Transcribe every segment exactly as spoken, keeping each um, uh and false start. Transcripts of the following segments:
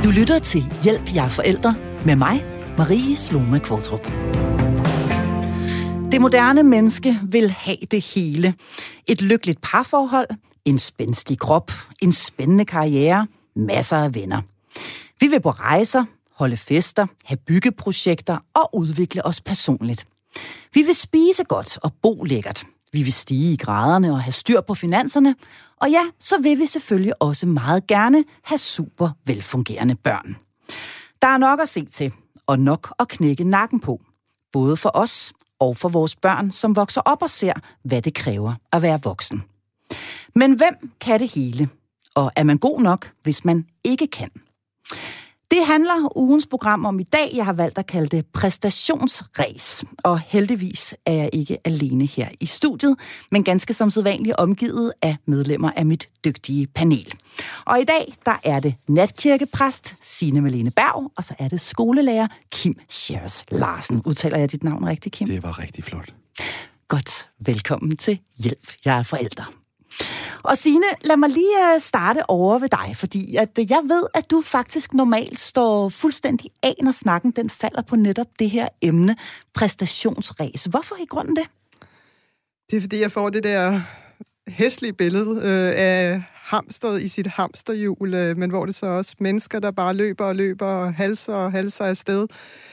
Du lytter til Hjælp, jeg er forælder med mig, Marie Sloma Kvartrup. Det moderne menneske vil have det hele. Et lykkeligt parforhold, en spændstig krop, en spændende karriere, masser af venner. Vi vil på rejser, holde fester, have byggeprojekter og udvikle os personligt. Vi vil spise godt og bo lækkert. Vi vil stige i graderne og have styr på finanserne. Og ja, så vil vi selvfølgelig også meget gerne have super velfungerende børn. Der er nok at se til, og nok at knække nakken på. Både for os og for vores børn, som vokser op og ser, hvad det kræver at være voksen. Men hvem kan det hele? Og er man god nok, hvis man ikke kan? Det handler ugens program om i dag. Jeg har valgt at kalde det præstationsræs. Og heldigvis er jeg ikke alene her i studiet, men ganske som sædvanligt omgivet af medlemmer af mit dygtige panel. Og i dag, der er det natkirkepræst Signe Malene Berg, og så er det skolelærer Kim Schers Larsen. Udtaler jeg dit navn rigtigt, Kim? Det var rigtig flot. Godt. Velkommen til Hjælp, jeg er forælder. Og Signe, lad mig lige starte over ved dig, fordi at jeg ved, at du faktisk normalt står fuldstændig af, når snakken den falder på netop det her emne, præstationsræs. Hvorfor i grunden det? Det er, fordi jeg får det der hæslige billede øh, af hamsteret i sit hamsterhjul, øh, men hvor det så også mennesker, der bare løber og løber og halser og halser afsted,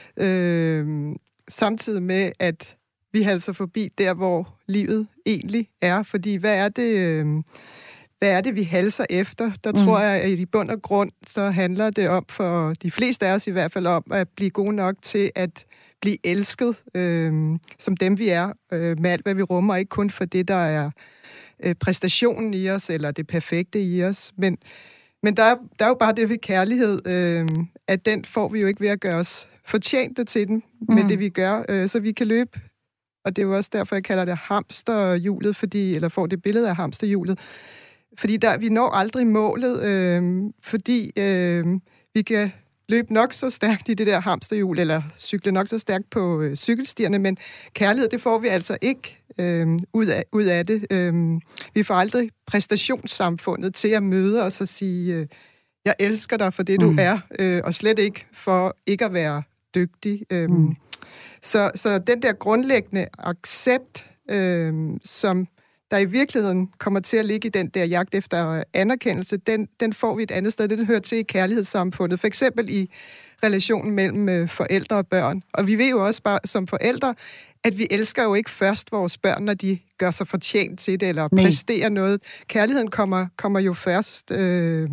øh, samtidig med, at vi halser forbi der, hvor livet egentlig er. Fordi hvad er det, øh, hvad er det vi halser efter? Der mm. tror jeg, at i bund og grund, så handler det om, for de fleste af os i hvert fald, om at blive gode nok til at blive elsket, øh, som dem vi er, øh, med alt hvad vi rummer, ikke kun for det, der er øh, præstationen i os, eller det perfekte i os, men, men der, er, der er jo bare det ved kærlighed, øh, at den får vi jo ikke ved at gøre os fortjente til den, mm. med det vi gør, øh, så vi kan løbe. Og det er jo også derfor, jeg kalder det hamsterhjulet, fordi, eller får det billede af hamsterhjulet. Fordi der, vi når aldrig målet, øh, fordi øh, vi kan løbe nok så stærkt i det der hamsterhjul, eller cykle nok så stærkt på øh, cykelstierne, men kærlighed, det får vi altså ikke øh, ud, af, ud af det. Øh, vi får aldrig præstationssamfundet til at møde os og sige, øh, jeg elsker dig for det, du mm. er, øh, og slet ikke for ikke at være dygtig. Øh, mm. Så, så den der grundlæggende accept, øh, som der i virkeligheden kommer til at ligge i den der jagt efter anerkendelse, den, den får vi et andet sted. Det, det hører til i kærlighedssamfundet. For eksempel i relationen mellem øh, forældre og børn. Og vi ved jo også bare som forældre, at vi elsker jo ikke først vores børn, når de gør sig fortjent til det, eller præsterer noget. Kærligheden kommer, kommer jo først. Øh,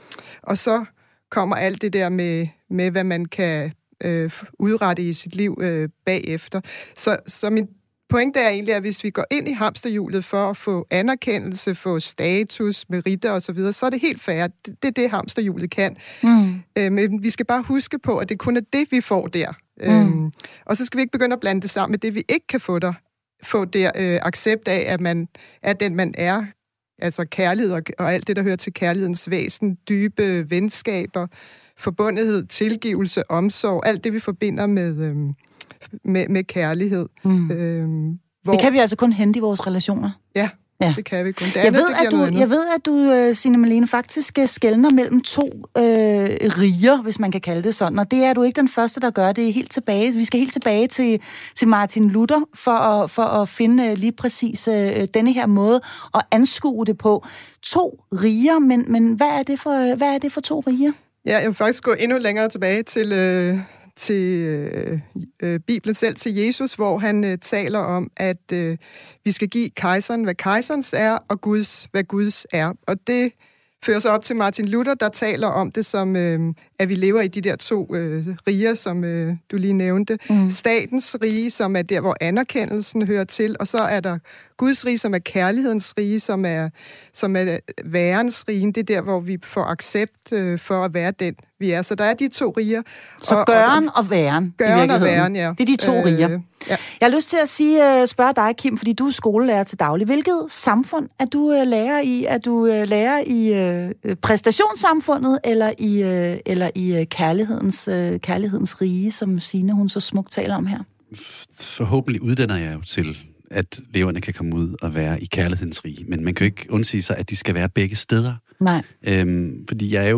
og så kommer alt det der med, med hvad man kan Øh, udrette i sit liv øh, bagefter. Så, så min pointe er egentlig, at hvis vi går ind i hamsterhjulet for at få anerkendelse, få status, meritter osv., så er det helt fair. Det, det er det, hamsterhjulet kan. Mm. Øh, men vi skal bare huske på, at det kun er det, vi får der. Mm. Øhm, og så skal vi ikke begynde at blande det sammen med det, vi ikke kan få der. Få der øh, accept af, at man er den, man er. Altså kærlighed og, og alt det, der hører til kærlighedens væsen, dybe venskaber, forbundethed, tilgivelse, omsorg, alt det, vi forbinder med, øhm, med, med kærlighed. Mm. Øhm, hvor... Det kan vi altså kun hente i vores relationer. Ja, ja. Det kan vi kun. Det jeg, andet, ved, det at du, jeg ved, at du, Signe Malene, faktisk skelner mellem to øh, riger, hvis man kan kalde det sådan, og det er du ikke den første, der gør det. Helt tilbage. Vi skal helt tilbage til, til Martin Luther for at, for at finde lige præcis øh, denne her måde at anskue det på. To riger, men, men hvad, er det for, hvad er det for to riger? Ja, jeg vil faktisk gå endnu længere tilbage til, øh, til øh, øh, Bibelen selv, til Jesus, hvor han øh, taler om, at øh, vi skal give kejseren, hvad kejserens er, og Guds, hvad Guds er. Og det fører sig op til Martin Luther, der taler om det som, øh, at vi lever i de der to øh, riger, som øh, du lige nævnte. Mm. Statens rige, som er der, hvor anerkendelsen hører til, og så er der Guds rige, som er kærlighedens rige, som er, som er værens rige. Det er der, hvor vi får accept øh, for at være den, vi er. Så der er de to riger. Så og, gøren og, og væren, gøren og væren, ja. Det er de to øh, riger. Ja. Jeg har lyst til at sige, spørge dig, Kim, fordi du er skolelærer til daglig. Hvilket samfund er du uh, lærer i? Er du uh, lærer i uh, præstationssamfundet, eller i, uh, eller i uh, kærlighedens, uh, kærlighedens rige, som Signe, hun så smukt taler om her? Forhåbentlig uddanner jeg jo til, at eleverne kan komme ud og være i kærlighedens rige. Men man kan jo ikke undsige sig, at de skal være begge steder. Nej. Øhm, fordi jeg er jo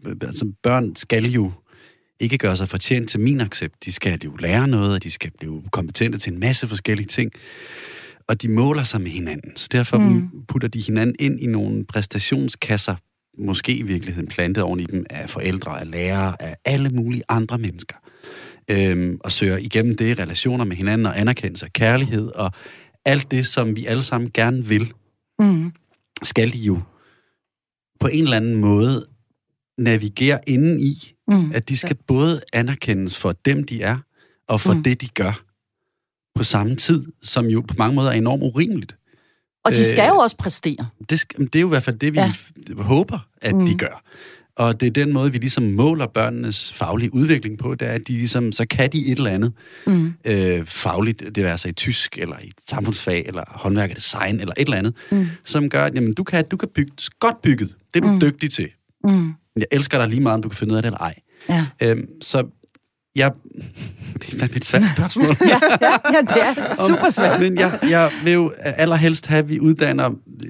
altså børn skal jo ikke gøre sig fortjent til min accept. De skal jo lære noget, og de skal blive kompetente til en masse forskellige ting. Og de måler sig med hinanden. Så derfor mm. putter de hinanden ind i nogle præstationskasser, måske i virkeligheden plantet oven i dem af forældre, af lærere, af alle mulige andre mennesker. Øhm, og søger igennem det relationer med hinanden og anerkendelse og kærlighed og alt det, som vi alle sammen gerne vil, mm. skal de jo på en eller anden måde navigere inden i, mm. at de skal både anerkendes for dem, de er, og for mm. det, de gør på samme tid, som jo på mange måder er enormt urimeligt. Og de skal øh, jo også præstere. Det, skal, det er jo i hvert fald det, vi ja. håber, at mm. de gør. Og det er den måde, vi ligesom måler børnenes faglige udvikling på, det er, at de ligesom, så kan de et eller andet mm. øh, fagligt, det vil altså i tysk, eller i samfundsfag, eller håndværk og design, eller et eller andet, mm. som gør, at jamen, du kan, du kan bygge godt bygget. Det er du mm. dygtig til. Mm. Jeg elsker dig lige meget, om du kan finde ud af det eller ej. Ja. Øhm, så jeg... Det er fandme et svært spørgsmål. ja, ja, ja, det er super svært. Men jeg, jeg vil jo allerhelst have, at vi uddanner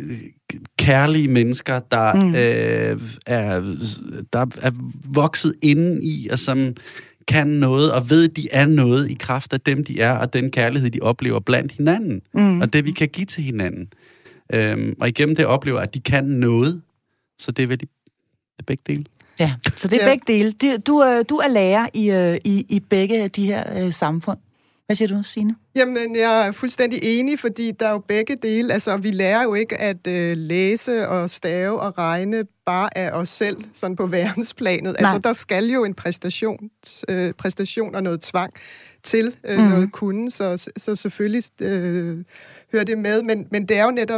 kærlige mennesker, der, mm. øh, er, der er vokset inden i, og som kan noget, og ved, at de er noget i kraft af dem, de er, og den kærlighed, de oplever blandt hinanden. Mm. Og det, vi kan give til hinanden. Øhm, og igennem det oplever, at de kan noget. Så det er vel de begge dele. Ja, så det er ja. begge dele. Du, du er lærer i, i, i begge de her øh, samfund. Hvad siger du, Signe? Jamen, jeg er fuldstændig enig, fordi der er jo begge dele. Altså, vi lærer jo ikke at øh, læse og stave og regne bare af os selv, sådan på verdensplanet. Nej. Altså, der skal jo en præstation, øh, præstation og noget tvang til øh, mm. noget kunde, så, så selvfølgelig øh, hører det med. Men, men det er jo netop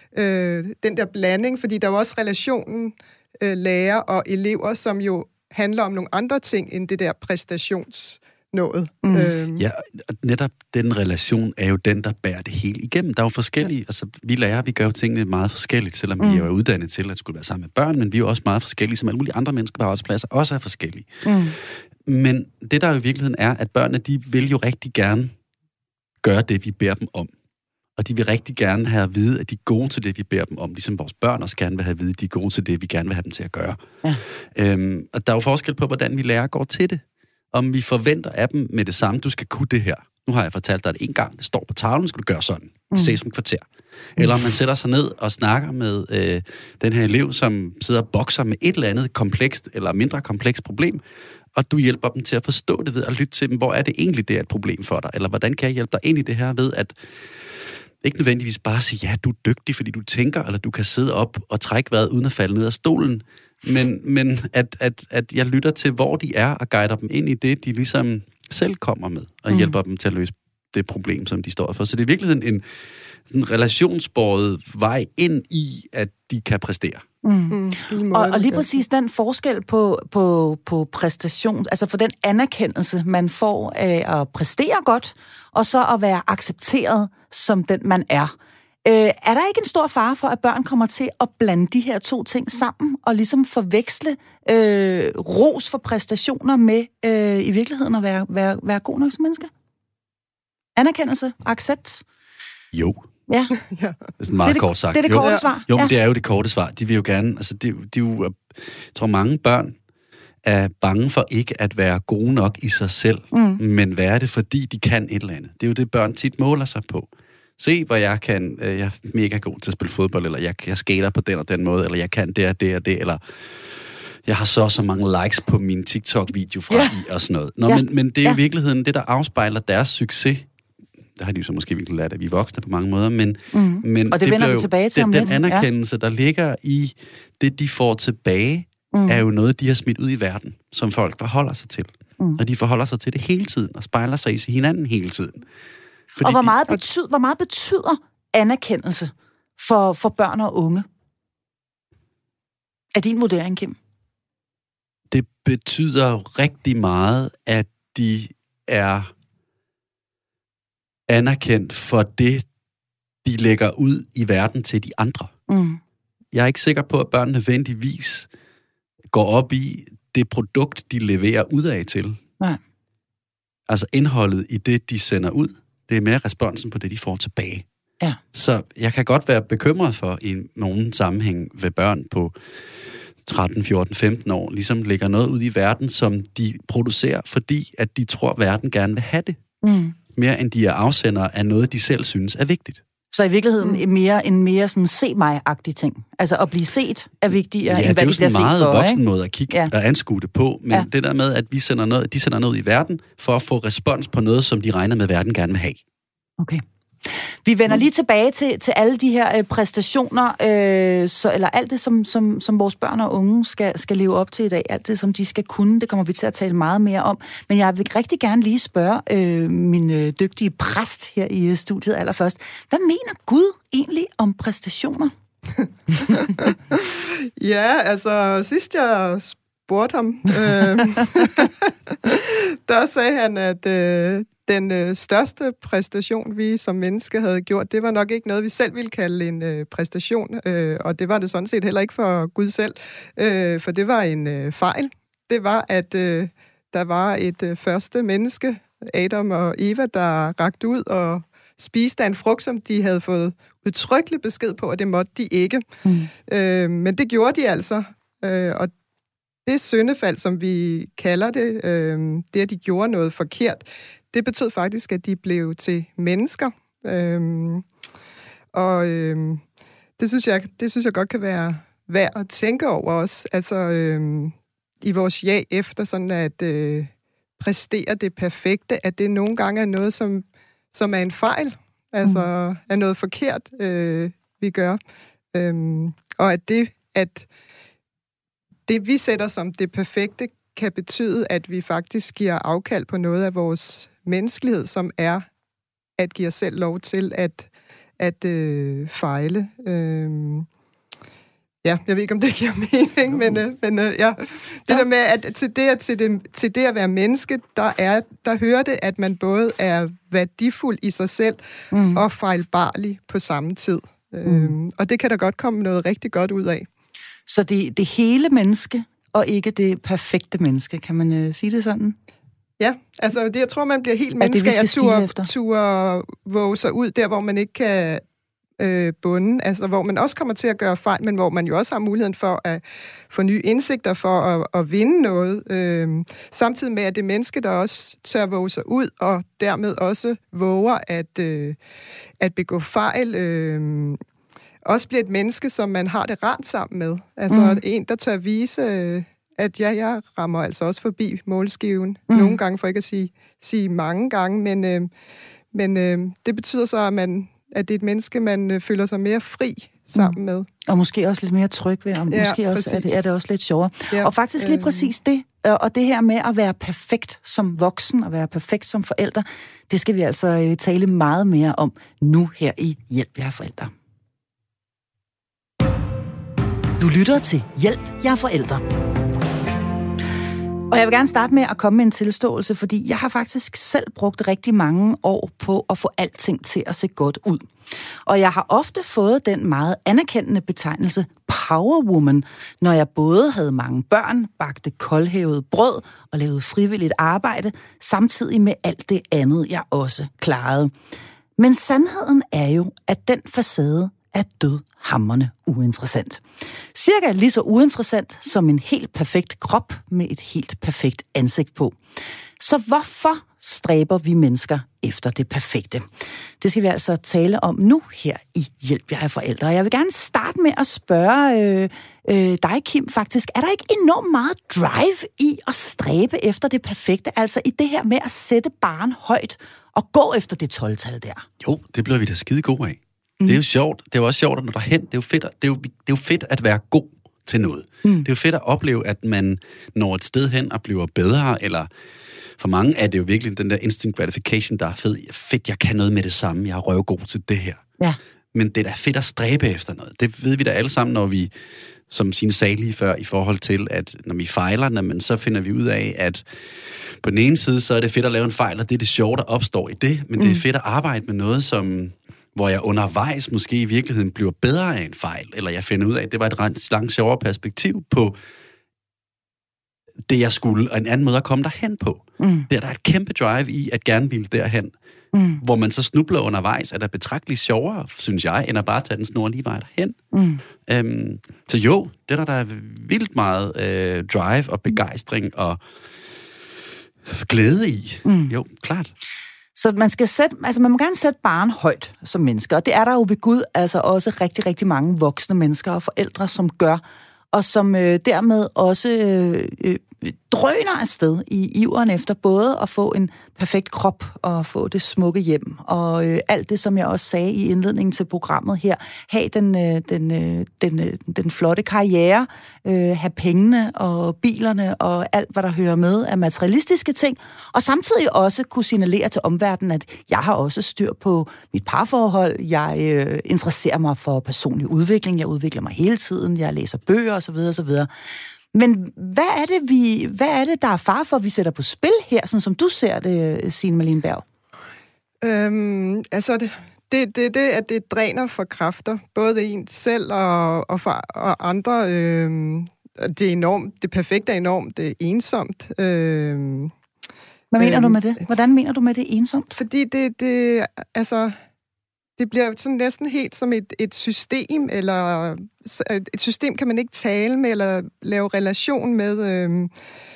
øh, den der blanding, fordi der er jo også relationen øh, lærer og elever, som jo handler om nogle andre ting end det der præstations noget. Mm. Øhm. Ja, netop den relation er jo den, der bærer det hele igennem. Der er jo forskellige, ja. altså vi lærer, vi gør jo tingene meget forskelligt, selvom mm. vi er jo uddannet til at skulle være sammen med børn, men vi er jo også meget forskellige, som alle mulige andre mennesker på arbejdspladser også er forskellige. Mm. Men det der jo i virkeligheden er, at børnene, de vil jo rigtig gerne gøre det, vi beder dem om. Og de vil rigtig gerne have at vide, at de er gode til det, vi beder dem om. Ligesom vores børn også gerne vil have at vide, at de er gode til det, vi gerne vil have dem til at gøre. Ja. Øhm, og der er jo forskel på, hvordan vi lærer går til det. Om vi forventer af dem med det samme, du skal kunne det her. Nu har jeg fortalt dig det en gang, det står på tavlen, skal du gøre sådan. Vi ses om et kvarter. Eller om man sætter sig ned og snakker med øh, den her elev, som sidder og bokser med et eller andet komplekst eller mindre komplekst problem, og du hjælper dem til at forstå det ved at lytte til dem, hvor er det egentlig, det er et problem for dig? Eller hvordan kan jeg hjælpe dig ind i det her ved, at ikke nødvendigvis bare sige, ja, du er dygtig, fordi du tænker, eller du kan sidde op og trække vejret uden at falde ned af stolen, Men, men at, at, at jeg lytter til, hvor de er, og guider dem ind i det, de ligesom selv kommer med, og mm. hjælper dem til at løse det problem, som de står for. Så det er i virkeligheden en, en relationsbåret vej ind i, at de kan præstere. Mm. Mm. Og, og lige præcis den forskel på, på, på præstation, altså for den anerkendelse, man får af at præstere godt, og så at være accepteret som den, man er. Øh, er der ikke en stor fare for, at børn kommer til at blande de her to ting sammen, og ligesom forveksle øh, ros for præstationer med øh, i virkeligheden at være, være, være god nok som menneske? Anerkendelse? Accept? Jo. Ja. Det er meget det, kort sagt. Det er det korte jo. svar? Jo, men ja. det er jo det korte svar. De vil jo gerne, altså det, de jo, jeg tror mange børn er bange for ikke at være gode nok i sig selv, mm. men være det, fordi de kan et eller andet. Det er jo det, børn tit måler sig på. Se, hvor jeg kan, øh, jeg er mega god til at spille fodbold, eller jeg, jeg skater på den og den måde, eller jeg kan det og det og det, eller jeg har så så mange likes på min TikTok-video fra yeah. i og sådan noget. Nå, yeah. men, men det er jo i yeah. virkeligheden det, der afspejler deres succes. Der har de jo så måske virkelig lært, at vi er voksne på mange måder, men, mm. men og det, det vender vi tilbage til den, den anerkendelse, ja. der ligger i det, de får tilbage, mm. er jo noget, de har smidt ud i verden, som folk forholder sig til. Mm. Og de forholder sig til det hele tiden, og spejler sig i hinanden hele tiden. Fordi og hvor meget, de, betyder, hvor meget betyder anerkendelse for, for børn og unge? Er din vurdering, Kim? Det betyder rigtig meget, at de er anerkendt for det, de lægger ud i verden til de andre. Mm. Jeg er ikke sikker på, at børn nødvendigvis går op i det produkt, de leverer udad til. Nej. Altså indholdet i det, de sender ud. Det er mere responsen på det, de får tilbage. Ja. Så jeg kan godt være bekymret for i nogen sammenhæng ved børn på tretten, fjorten, femten år, ligesom lægger noget ud i verden, som de producerer, fordi at de tror, at verden gerne vil have det. Mm. Mere end de er afsendere af noget, de selv synes er vigtigt. Så i virkeligheden mm. mere en mere sådan se mig-agtig ting. Altså at blive set er vigtigere, ja, end hvad de bliver set for. Ja, det er jo sådan en meget voksen ikke? måde at kigge ja. og anskue det på. Men ja. det der med, at vi sender noget, de sender noget i verden, for at få respons på noget, som de regner med, at verden gerne vil have. Okay. Vi vender lige tilbage til, til alle de her øh, præstationer, øh, så, eller alt det, som, som, som vores børn og unge skal, skal leve op til i dag, alt det, som de skal kunne, det kommer vi til at tale meget mere om. Men jeg vil rigtig gerne lige spørge øh, min øh, dygtige præst her i studiet allerførst. Hvad mener Gud egentlig om præstationer? Ja, altså sidst jeg spurgte ham, øh, der sagde han, at øh, den øh, største præstation, vi som menneske havde gjort, det var nok ikke noget, vi selv ville kalde en øh, præstation, øh, og det var det sådan set heller ikke for Gud selv, øh, for det var en øh, fejl. Det var, at øh, der var et øh, første menneske, Adam og Eva, der rakte ud og spiste af en frugt, som de havde fået udtrykkelig besked på, og det måtte de ikke. Mm. Øh, men det gjorde de altså, øh, og det syndefald, som vi kalder det, øh, det at de gjorde noget forkert, det betød faktisk, at de blev til mennesker. Øhm, og øhm, det, synes jeg, det synes jeg godt kan være værd at tænke over os. Altså øhm, i vores ja efter sådan at øh, præstere det perfekte, at det nogle gange er noget, som, som er en fejl. Altså mm. er noget forkert, øh, vi gør. Øhm, og at det, at det, vi sætter som det perfekte, kan betyde, at vi faktisk giver afkald på noget af vores menneskelighed, som er at give os selv lov til at, at øh, fejle. Øhm, ja, jeg ved ikke, om det giver mening, men, øh, men øh, ja. Det ja. der med, at til det, til, det, til det at være menneske, der, er, der hører det, at man både er værdifuld i sig selv mm. og fejlbarlig på samme tid. Mm. Øhm, og det kan der godt komme noget rigtig godt ud af. Så det, det hele menneske, og ikke det perfekte menneske, kan man øh, sige det sådan? Ja, altså det, jeg tror, man bliver helt menneske af at turde tur våge sig ud der, hvor man ikke kan øh, bunde, altså hvor man også kommer til at gøre fejl, men hvor man jo også har muligheden for at få nye indsigter for at, at vinde noget. Øh, samtidig med, at det menneske, der også tør våge sig ud, og dermed også våger at, øh, at begå fejl, øh, også bliver et menneske, som man har det rart sammen med. Altså mm. en, der tør vise... Øh, at ja, jeg rammer altså også forbi målskiven. Mm. Nogle gange, for ikke at sige, sige mange gange, men, øh, men øh, det betyder så, at, man, at det er et menneske, man øh, føler sig mere fri sammen med. Og måske også lidt mere tryg ved, og ja, måske også er det, er det også lidt sjovere. Ja, og faktisk lige øh... præcis det, og det her med at være perfekt som voksen, og være perfekt som forælder, det skal vi altså tale meget mere om nu her i Hjælp, jeg er forældre. Du lytter til Hjælp, jeg er forældre. Og jeg vil gerne starte med at komme med en tilståelse, fordi jeg har faktisk selv brugt rigtig mange år på at få alting til at se godt ud. Og jeg har ofte fået den meget anerkendende betegnelse powerwoman, når jeg både havde mange børn, bagte koldhævet brød og lavede frivilligt arbejde, samtidig med alt det andet, jeg også klarede. Men sandheden er jo, at den facade er dødhamrende uinteressant. Cirka lige så uinteressant som en helt perfekt krop med et helt perfekt ansigt på. Så hvorfor stræber vi mennesker efter det perfekte? Det skal vi altså tale om nu her i Hjælp, jeg er forældre. Jeg vil gerne starte med at spørge øh, øh, dig, Kim, faktisk. Er der ikke enormt meget drive i at stræbe efter det perfekte? Altså i det her med at sætte barren højt og gå efter det tolv-tal der? Jo, det bliver vi da skide gode af. Mm. Det er jo sjovt. Det er jo også sjovt, at når der hen, det er jo fedt, det er jo, det er jo fedt at være god til noget. Mm. Det er jo fedt at opleve, at man når et sted hen og bliver bedre, eller for mange er det jo virkelig den der instant gratification, der er fed. Fedt, jeg kan noget med det samme. Jeg er røvgod til det her. Ja. Men det er da fedt at stræbe efter noget. Det ved vi da alle sammen, når vi, som Signe sagde lige før, i forhold til, at når vi fejler, men så finder vi ud af, at på den ene side, så er det fedt at lave en fejl, og det er det sjove, der opstår i det. Men mm. det er fedt at arbejde med noget, som... hvor jeg undervejs måske i virkeligheden bliver bedre af en fejl, eller jeg finder ud af, at det var et ret langt sjovere perspektiv på det, jeg skulle, og en anden måde at komme derhen på. Mm. Der er der et kæmpe drive i at gerne ville derhen. Mm. Hvor man så snubler undervejs, er der betragteligt sjovere, synes jeg, end at bare tage den snorlige vej derhen. Mm. Øhm, så jo, det er der, der er vildt meget øh, drive og begejstring og glæde i. Mm. Jo, klart. Så man skal sætte, altså man må gerne sætte barren højt som mennesker, og det er der jo ved Gud altså også rigtig, rigtig mange voksne mennesker og forældre, som gør, og som øh, dermed også øh, øh, drøner afsted i iveren efter både at få en perfekt krop og få det smukke hjem, og øh, alt det, som jeg også sagde i indledningen til programmet her, have den, øh, den, øh, den, øh, den flotte karriere, øh, have pengene og bilerne og alt, hvad der hører med af materialistiske ting, og samtidig også kunne signalere til omverdenen, at jeg har også styr på mit parforhold, jeg øh, interesserer mig for personlig udvikling, jeg udvikler mig hele tiden, jeg læser bøger osv. osv. Men hvad er det, vi, hvad er det, der er fare for, at vi sætter på spil her, sådan som du ser det, Signe Malene Berg? Øhm, altså, det, det, det, det, at det dræner for kræfter, både en selv og, og, for, og andre. Øhm, det er enormt, det perfekte er enormt, det er ensomt. Øhm, Hvad mener øhm, du med det? Hvordan mener du med det ensomt? Fordi det, det altså... Det bliver sådan næsten helt som et, et system, eller et system kan man ikke tale med, eller lave relation med. Øhm,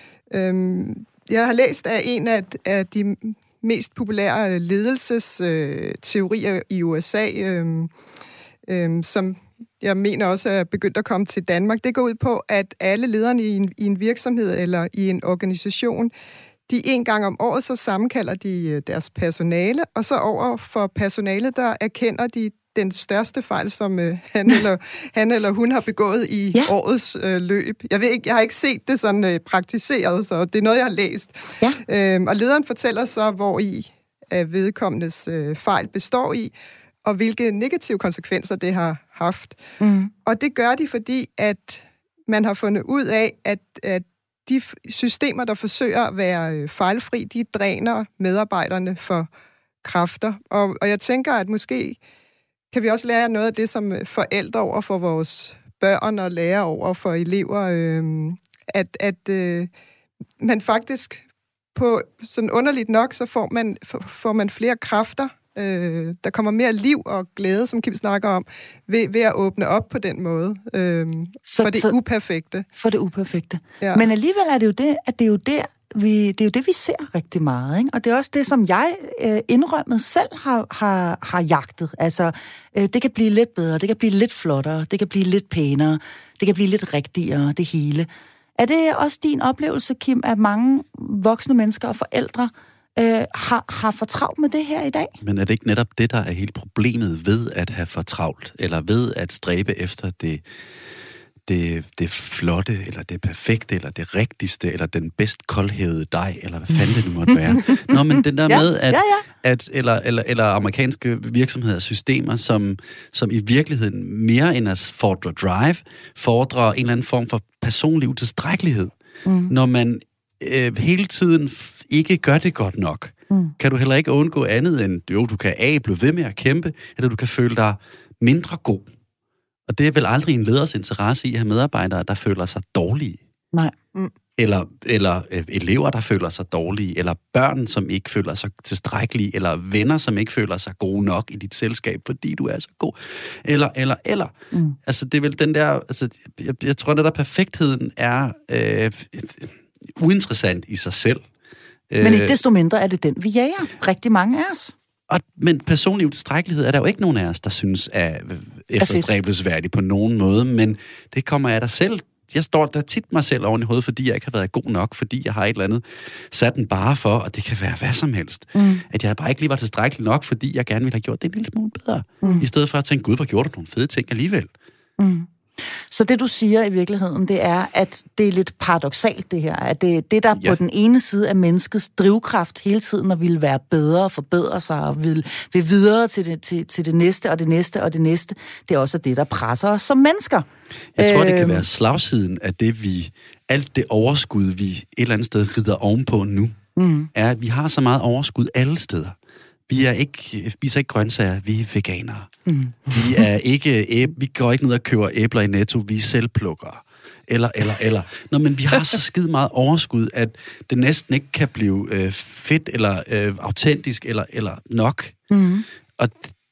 øhm, jeg har læst af en af, af de mest populære ledelsesteorier øh, i U S A, øhm, øhm, som jeg mener også er begyndt at komme til Danmark. Det går ud på, at alle lederne i en, i en virksomhed eller i en organisation, de en gang om året, så sammenkalder de deres personale, og så over for personalet, der erkender de den største fejl, som øh, han, eller, han eller hun har begået i ja. årets øh, løb. Jeg ved ikke, jeg har ikke set det sådan øh, praktiseret, så det er noget, jeg har læst. Ja. Øhm, og lederen fortæller så, hvor i øh, vedkommendes øh, fejl består i, og hvilke negative konsekvenser det har haft. Mm. Og det gør de, fordi at man har fundet ud af, at, at de systemer, der forsøger at være fejlfri, de dræner medarbejderne for kræfter. Og, og jeg tænker, at måske kan vi også lære noget af det som forældre over for vores børn og lære over for elever, øh, at, at øh, man faktisk på sådan underligt nok, så får man, får man flere kræfter. Øh, der kommer mere liv og glæde, som Kim snakker om, ved, ved at åbne op på den måde. Øh, så, for det så, uperfekte. For det uperfekte. Ja. Men alligevel er det jo det, at det er jo der, vi, det er jo det, vi ser rigtig meget, ikke? Og det er også det, som jeg øh, indrømmet selv har, har, har jagtet. Altså, øh, det kan blive lidt bedre, det kan blive lidt flottere, det kan blive lidt pænere, det kan blive lidt rigtigere, det hele. Er det også din oplevelse, Kim, at mange voksne mennesker og forældre Øh, har, har for travlt med det her i dag? Men er det ikke netop det, der er hele problemet ved at have for travlt, eller ved at stræbe efter det, det, det flotte, eller det perfekte, eller det rigtigste, eller den bedst koldhævede dej, eller hvad fanden det nu måtte være? Nå, men den der ja, med, at, ja, ja. at eller, eller, eller amerikanske virksomheder, systemer, som, som i virkeligheden mere end at fordre drive, fordrer en eller anden form for personlig utilstrækkelighed. Mm. Når man øh, hele tiden ikke gør det godt nok, mm. kan du heller ikke undgå andet end, jo, du kan A, blive ved med at kæmpe, eller du kan føle dig mindre god. Og det er vel aldrig en leders interesse i at have medarbejdere, der føler sig dårlige. Nej. Mm. Eller, eller øh, elever, der føler sig dårlige, eller børn, som ikke føler sig tilstrækkelige, eller venner, som ikke føler sig gode nok i dit selskab, fordi du er så god. Eller, eller, eller. Mm. Altså, det er vel den der, altså, jeg, jeg tror, at der perfektheden er øh, uinteressant i sig selv. Men ikke desto mindre er det den, vi jager. Rigtig mange af os. Og, men personlig utilstrækkelighed er der jo ikke nogen af os, der synes er efterstræbelsesværdig på nogen måde, men det kommer af dig selv. Jeg står der tit mig selv oven i hovedet, fordi jeg ikke har været god nok, fordi jeg har et eller andet sat en bare for, og det kan være hvad som helst. Mm. At jeg bare ikke lige var tilstrækkelig nok, fordi jeg gerne ville have gjort det en lille smule bedre. Mm. I stedet for at tænke, gud, hvor gjorde du nogle fede ting alligevel. Mm. Så det, du siger i virkeligheden, det er, at det er lidt paradoksalt, det her. At det, det der ja. på den ene side af menneskets drivkraft hele tiden at ville være bedre og forbedre sig og vil, vil videre til det, til, til det næste og det næste og det næste, det er også det, der presser os som mennesker. Jeg tror, øh, det kan være slagsiden af det, vi, alt det overskud, vi et eller andet sted rider ovenpå nu, mm. er, at vi har så meget overskud alle steder. Vi er ikke, spiser ikke grøntsager, vi er veganere. Mm. Vi er ikke æb, vi går ikke ned og køber æbler i Netto, vi er selvplukkere. eller, eller, eller. Nå, men vi har så skide meget overskud, at det næsten ikke kan blive øh, fedt, eller øh, autentisk, eller, eller nok. Mm. Og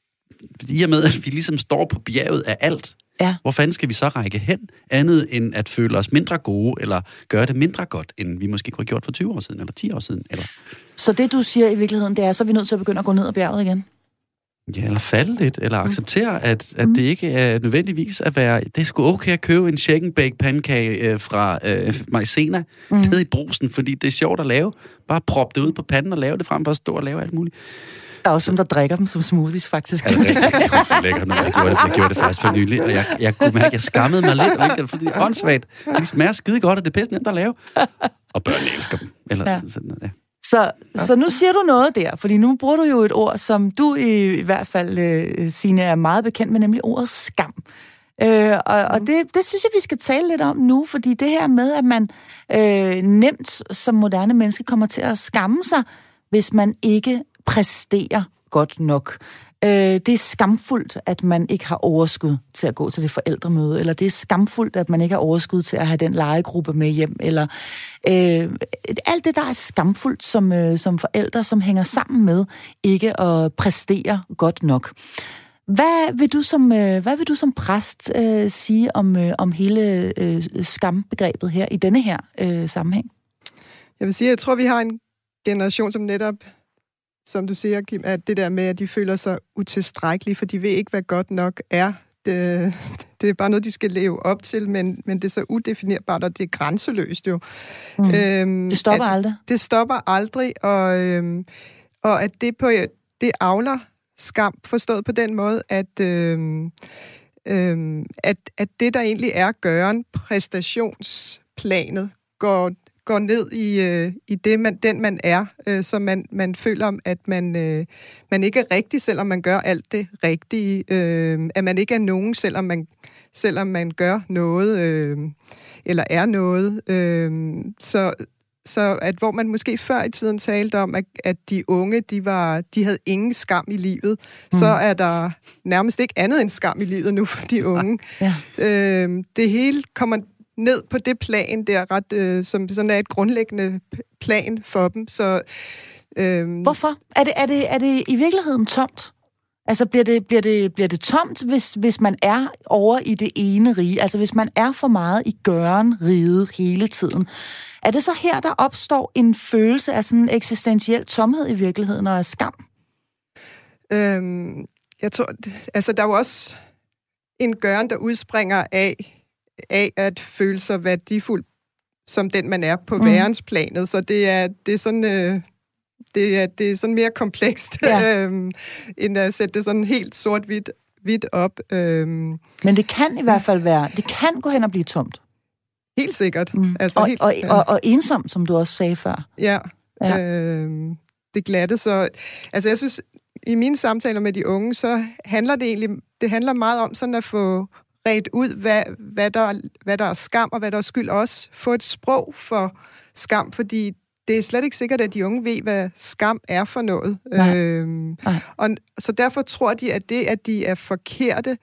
i og med, at vi ligesom står på bjerget af alt, ja. Hvor fanden skal vi så række hen, andet end at føle os mindre gode, eller gøre det mindre godt, end vi måske kunne have gjort for tyve år siden, eller ti år siden? Eller... Så det, du siger i virkeligheden, det er, så er vi nødt til at begynde at gå ned ad bjerget igen? Ja, eller falde lidt, eller acceptere, mm. at, at mm. det ikke er nødvendigvis at være... Det er sgu okay at købe en shake and bake pandekage øh, fra øh, Maizena mm. nede i brusen, fordi det er sjovt at lave. Bare prop det ud på panden og lave det frem for at stå og lave alt muligt. Der er også som der drikker dem som smoothies, faktisk. Ja, det er rigtig lækkert, når jeg gjorde det, jeg gjorde det først for nylig, og jeg, jeg kunne mærke, at jeg skammede mig lidt, og ikke, fordi det er åndssvagt. De smager skide godt, og det er pisse nemt at lave. Og børnene elsker dem. Eller ja. Sådan noget, ja. Så, ja. så nu siger du noget der, fordi nu bruger du jo et ord, som du i, i hvert fald, øh, Signe, er meget bekendt med, nemlig ordet skam. Øh, og og det, det synes jeg, vi skal tale lidt om nu, fordi det her med, at man øh, nemt som moderne menneske kommer til at skamme sig, hvis man ikke præsterer godt nok. Øh, det er skamfuldt, at man ikke har overskud til at gå til det forældremøde, eller det er skamfuldt, at man ikke har overskud til at have den legegruppe med hjem, eller øh, alt det, der er skamfuldt som, øh, som forældre, som hænger sammen med ikke at præstere godt nok. Hvad vil du som, øh, hvad vil du som præst øh, sige om, øh, om hele øh, skambegrebet her i denne her øh, sammenhæng? Jeg vil sige, jeg tror, vi har en generation, som netop, som du siger, Kim, at det der med, at de føler sig utilstrækkelige, for de ved ikke, hvad godt nok er. Det, det er bare noget, de skal leve op til, men, men det er så udefinerbart, og det er grænseløst jo. Mm. Øhm, det stopper at, aldrig. Det stopper aldrig, og, øhm, og at det, på, det avler skam, forstået på den måde, at, øhm, øhm, at, at det, der egentlig er gøren, præstationsplanet, går går ned i, øh, i det, man, den man er, øh, så man, man føler, at man, øh, man ikke er rigtig, selvom man gør alt det rigtige. Øh, at man ikke er nogen, selvom man, selvom man gør noget, øh, eller er noget. Øh, så, så at hvor man måske før i tiden talte om, at, at de unge, de, var, de havde ingen skam i livet, mm. så er der nærmest ikke andet end skam i livet nu for de unge. Ja. Øh, det hele kommer ned på det plan der, ret, øh, som sådan er et grundlæggende plan for dem. Så, øh, Hvorfor? Er det, er, det, er det i virkeligheden tomt? Altså bliver det, bliver det, bliver det tomt, hvis, hvis man er over i det ene rige? Altså hvis man er for meget i gøren-riget hele tiden? Er det så her, der opstår en følelse af sådan eksistentiel tomhed i virkeligheden og af skam? Øh, jeg tror, altså der er jo også en gøren, der udspringer af af at føle sig værdifuld som den, man er på mm. værensplanet. Så det er, det er sådan... Øh, det, er, det er sådan mere komplekst, ja. øhm, end at sætte det sådan helt sort-hvidt hvidt op. Øhm. Men det kan i hvert fald være... Det kan gå hen og blive tomt. Helt sikkert. Mm. Altså, og, helt, og, og, og ensomt, som du også sagde før. Ja. ja. Øhm, det glatte. Så, altså, jeg synes, i mine samtaler med de unge, så handler det egentlig... Det handler meget om sådan at få redt ud, hvad, hvad, der, hvad der er skam, og hvad der er skyld. Også få et sprog for skam, fordi det er slet ikke sikkert, at de unge ved, hvad skam er for noget. Nej. Øhm, Nej. Og så derfor tror de, at det, at de er forkerte,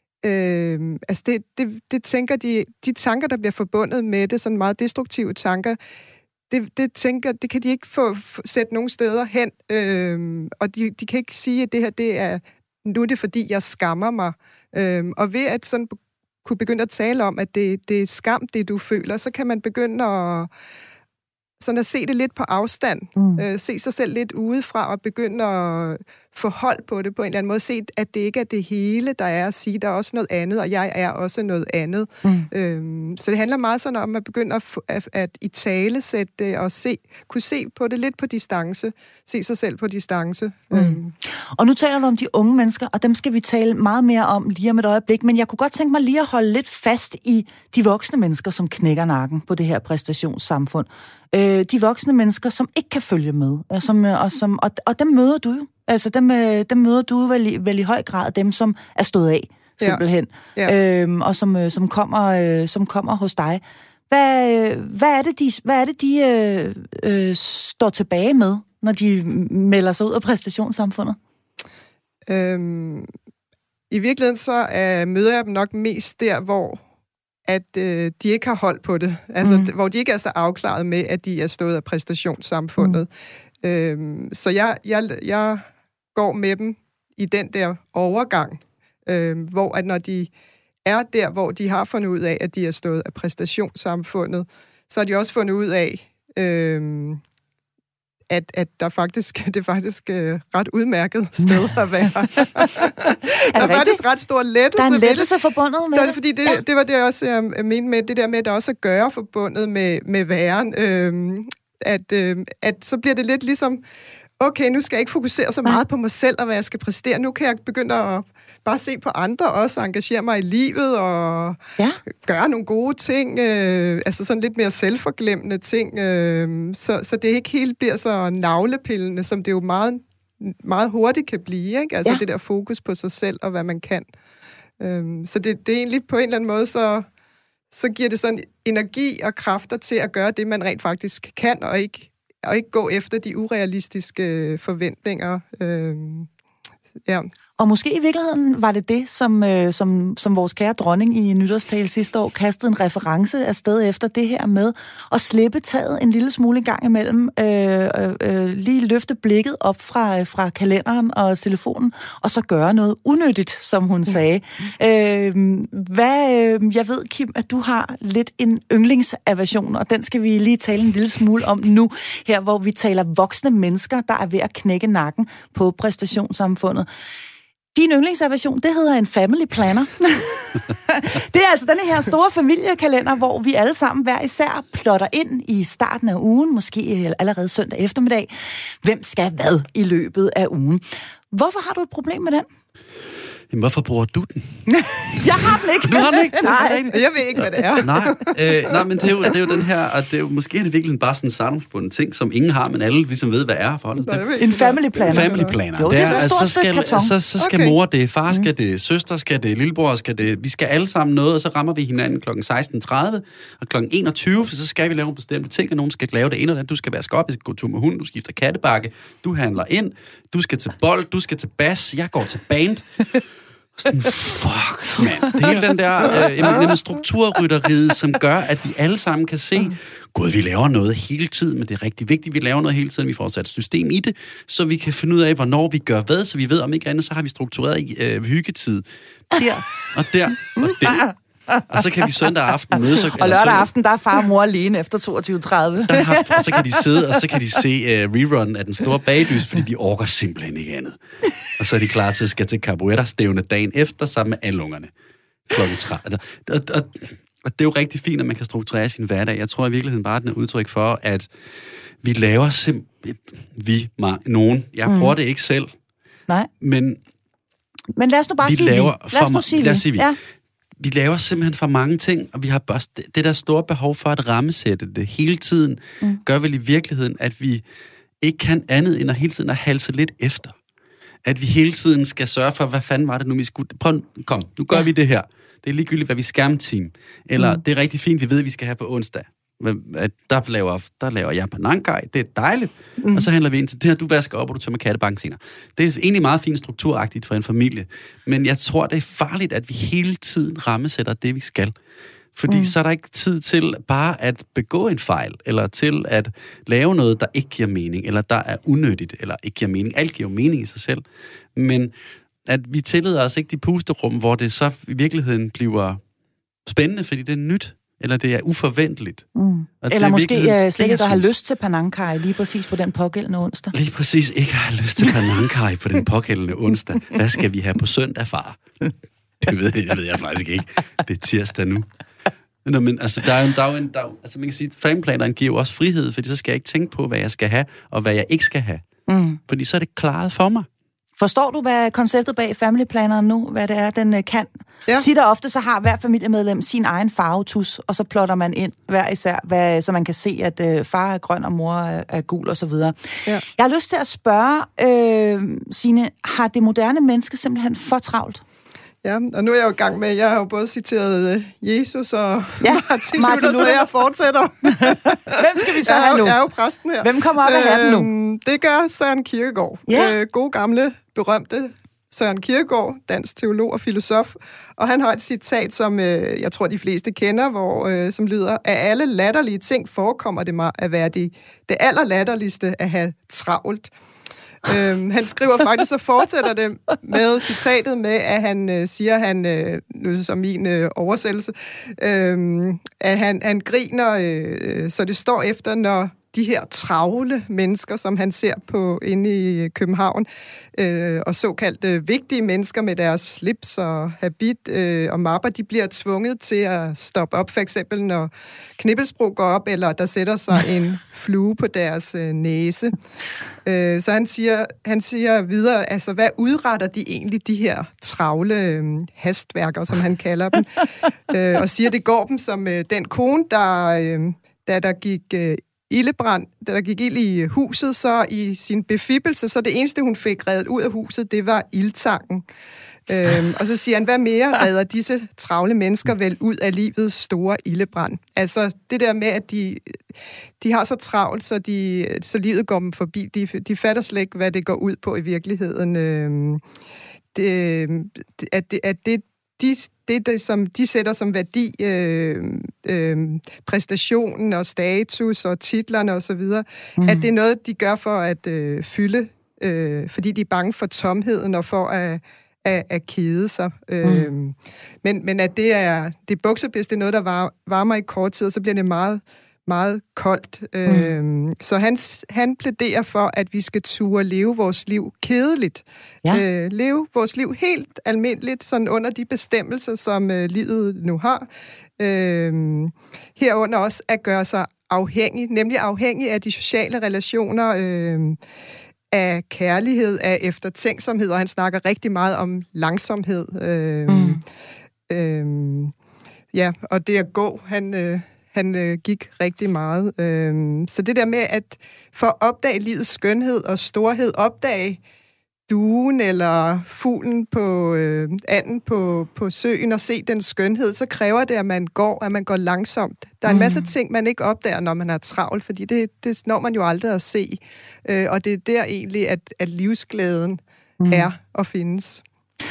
øhm, altså det, det, det tænker de, de tanker, der bliver forbundet med det, sådan meget destruktive tanker, det, det tænker, det kan de ikke få, få sætte nogen steder hen, øhm, og de, de kan ikke sige, at det her, det er, nu er det fordi, jeg skammer mig. Øhm, og ved at sådan kunne begynde at tale om, at det, det er skam, det du føler, så kan man begynde at, sådan at se det lidt på afstand. Mm. Øh, se sig selv lidt udefra og begynde at få hold på det på en eller anden måde. Se, at det ikke er det hele, der er at sige, der er også noget andet, og jeg er også noget andet. Mm. Øhm, så det handler meget sådan om at begynde at, at, at i tale sætte det og se, kunne se på det lidt på distance. Se sig selv på distance. Mm. Øhm. Og nu taler du om de unge mennesker, og dem skal vi tale meget mere om lige om et øjeblik, men jeg kunne godt tænke mig lige at holde lidt fast i de voksne mennesker, som knækker nakken på det her præstationssamfund. Øh, de voksne mennesker, som ikke kan følge med, og, som, og, som, og, og dem møder du jo. Altså, dem, dem møder du vel i, vel i høj grad, dem som er stået af, simpelthen, ja. Ja. Øhm, og som, som, kommer, øh, som kommer hos dig. Hvad, hvad er det, de, hvad er det, de øh, øh, står tilbage med, når de melder sig ud af præstationssamfundet? Øhm, I virkeligheden så øh, møder jeg dem nok mest der, hvor at øh, de ikke har hold på det. Altså, Mm. hvor de ikke er så afklaret med, at de er stået af præstationssamfundet. Mm. Øhm, så jeg, jeg, jeg går med dem i den der overgang, øh, hvor at når de er der, hvor de har fundet ud af, at de er stået af præstationssamfundet, så har de også fundet ud af, øh, at, at der faktisk, det er faktisk øh, ret udmærket sted at være. Der er faktisk ret stor lettelse. Der er en lettelse forbundet med det. Det, fordi det, ja. det var det også, jeg mente med, det der med, at der også er gøre forbundet med, med væren. Øh, at, øh, at så bliver det lidt ligesom, okay, nu skal jeg ikke fokusere så meget på mig selv, og hvad jeg skal præstere. Nu kan jeg begynde at bare se på andre også, engagere mig i livet, og ja. gøre nogle gode ting, øh, altså sådan lidt mere selvforglemmende ting, øh, så, så det ikke helt bliver så navlepillende, som det jo meget, meget hurtigt kan blive, ikke? Altså ja. det der fokus på sig selv, og hvad man kan. Øh, så det, det er egentlig på en eller anden måde, så, så giver det sådan energi og kræfter til at gøre det, man rent faktisk kan, og ikke og ikke gå efter de urealistiske forventninger. Øh, ja. Og måske i virkeligheden var det det, som, øh, som, som vores kære dronning i nytårstale sidste år kastede en reference afsted efter det her med at slippe taget en lille smule en gang imellem, øh, øh, øh, lige løfte blikket op fra, fra kalenderen og telefonen, og så gøre noget unyttigt, som hun sagde. øh, hvad, øh, jeg ved, Kim, at du har lidt en yndlingsaversion, og den skal vi lige tale en lille smule om nu, her hvor vi taler voksne mennesker, der er ved at knække nakken på præstationssamfundet. Din yndlingsaversion, det hedder en family planner. Det er altså denne her store familiekalender, hvor vi alle sammen hver især plotter ind i starten af ugen, måske allerede søndag eftermiddag, hvem skal hvad i løbet af ugen. Hvorfor har du et problem med den? Jamen, hvorfor bruger du den? Jeg har den ikke. Du har den ikke? Nej, jeg ved ikke, hvad det er. Nej, øh, nej men det er, jo, det er jo den her, og det er jo måske er det virkelig bare sådan en samfundsbunden ting, som ingen har, men alle ligesom ved, hvad er for det. En family planner. Family planner. Jo, det er sådan en stor så skal, karton. så, så skal okay. mor det, far skal det, søster skal det, lillebror skal det. Vi skal alle sammen noget, og så rammer vi hinanden klokken seksten tredive og klokken enogtyve, for så skal vi lave nogle bestemte ting, og nogen skal lave det ene og det. Du skal vaske op, jeg skal gå tur med hunden, du skifter kattebakke, du handler ind, du skal til bold, du skal til bas, jeg går til band. Sådan, fuck, mand. Det hele den der øh, strukturrytteriet, som gør, at vi alle sammen kan se, gud, vi laver noget hele tiden, men det er rigtig vigtigt, vi laver noget hele tiden, vi får sat et system i det, så vi kan finde ud af, hvornår vi gør hvad, så vi ved, om ikke andet, så har vi struktureret øh, hyggetid der, og der, og der. Og så kan vi søndag aften mødes. Og, og lørdag aften, der er far og mor alene efter toogtyve tredive. Og så kan de sidde, og så kan de se uh, rerun af den store bagdys, fordi de orker simpelthen ikke andet. Og så er de klar til at skal til capoeira-stævne dagen efter, sammen med alle ungerne. Klokken tredive. Og, og, og det er jo rigtig fint, at man kan strukturere sin hverdag. Jeg tror i virkeligheden bare, at den er udtryk for, at vi laver simpelthen... Vi, mange, nogen. Jeg prøver mm. det ikke selv. Nej. Men... Men lad os nu bare sige laver vi. Lad os nu sige lad os sige vi. Ja. Vi laver simpelthen for mange ting, og vi har bare det der store behov for at rammesætte det hele tiden, mm. gør vel i virkeligheden, at vi ikke kan andet end at hele tiden at halse lidt efter. At vi hele tiden skal sørge for, hvad fanden var det nu, vi skulle... Prøv, kom, nu gør ja. vi det her. Det er ligegyldigt, hvad vi skærmteam. Eller mm. det er rigtig fint, vi ved, at vi skal have på onsdag. Der laver, der laver jeg panangkai, det er dejligt. Mm. Og så handler vi ind til det her, du vasker op, og du tømmer kattebanken senere. Det er egentlig meget fint strukturagtigt for en familie. Men jeg tror, det er farligt, at vi hele tiden rammesætter det, vi skal. Fordi mm. så er der ikke tid til bare at begå en fejl, eller til at lave noget, der ikke giver mening, eller der er unødigt, eller ikke giver mening. Alt giver mening i sig selv. Men at vi tillader os ikke de pusterum, hvor det så i virkeligheden bliver spændende, fordi det er nyt. Eller det er uforventeligt. Mm. Eller måske uh, slet ikke at have lyst til panangkai lige præcis på den pågældende onsdag. Lige præcis ikke have lyst til panangkai på den pågældende onsdag. Hvad skal vi have på søndag, far? Det ved jeg, det ved jeg faktisk ikke. Det er tirsdag nu. Nå, men altså, der er jo, der er jo en... Der er, altså, man kan sige, fameplaneren giver jo også frihed, fordi så skal jeg ikke tænke på, hvad jeg skal have, og hvad jeg ikke skal have. Mm. Fordi så er det klaret for mig. Forstår du, hvad konceptet bag family planeren nu, hvad det er, den kan? Ja. Tit og ofte, så har hver familiemedlem sin egen farvetus, og så plotter man ind hver især, hvad, så man kan se, at øh, far er grøn, og mor er, er gul, og så videre. Ja. Jeg har lyst til at spørge, øh, Signe, har det moderne menneske simpelthen for travlt? Ja, og nu er jeg jo i gang med, jeg har jo både citeret uh, Jesus og ja, Martin, Martin Luther, så jeg fortsætter. Hvem skal vi så have nu? Jeg er jo præsten her. Hvem kommer op af hatten nu? Det gør Søren Kierkegaard. Ja. Øh, gode, gamle, berømte Søren Kierkegaard, dansk teolog og filosof, og han har et citat, som øh, jeg tror, de fleste kender, hvor, øh, som lyder, af alle latterlige ting forekommer det mig at være det, det allerlatterligste at have travlt. øhm, han skriver faktisk, så fortsætter det med citatet med, at han øh, siger, han, øh, nu som min øh, oversættelse, øh, at han, han griner, øh, så det står efter, når de her travle mennesker, som han ser på inde i København, øh, og såkaldte vigtige mennesker med deres slips og habit øh, og mapper, de bliver tvunget til at stoppe op, for eksempel når Knibbelsbro går op, eller der sætter sig en flue på deres øh, næse. Øh, så han siger, han siger videre, altså hvad udretter de egentlig, de her travle øh, hastværker, som han kalder dem, øh, og siger, det går dem som øh, den kone, der, øh, der, der gik øh, ildebrand, da der gik ild i huset, så i sin befippelse, så det eneste, hun fik reddet ud af huset, det var ildtangen. Øhm, og så siger han, hvad mere redder disse travle mennesker vel ud af livets store ildebrand? Altså det der med, at de, de har så travlt, så, de, så livet går dem forbi. De, de fatter slet ikke, hvad det går ud på i virkeligheden. Øhm, det, at, det, at det De, det, det, som de sætter som værdi, øh, øh, præstationen og status og titlerne og så videre, mm. at det er noget, de gør for at øh, fylde, øh, fordi de er bange for tomheden og for at, at, at kede sig. Mm. Øh, men, men at det er, det er buksepis, det er noget, der var, varmer i kort tid, og så bliver det meget, meget koldt. Mm. Øh, så han, han plæderer for, at vi skal ture leve vores liv kedeligt. Ja. Øh, leve vores liv helt almindeligt, sådan under de bestemmelser, som øh, livet nu har. Øh, herunder også at gøre sig afhængig, nemlig afhængig af de sociale relationer, øh, af kærlighed, af eftertænksomhed, og han snakker rigtig meget om langsomhed. Øh, mm. øh, ja, og det at gå, han... Øh, Han øh, gik rigtig meget. Øhm, så det der med at for at opdage livets skønhed og storhed, opdage duen eller fuglen på øh, anden på, på søen og se den skønhed, så kræver det, at man går, at man går langsomt. Der er en masse ting, man ikke opdager, når man er travlt, fordi det, det når man jo aldrig at se. Øh, og det er der egentlig, at, at livsglæden mm. er og findes.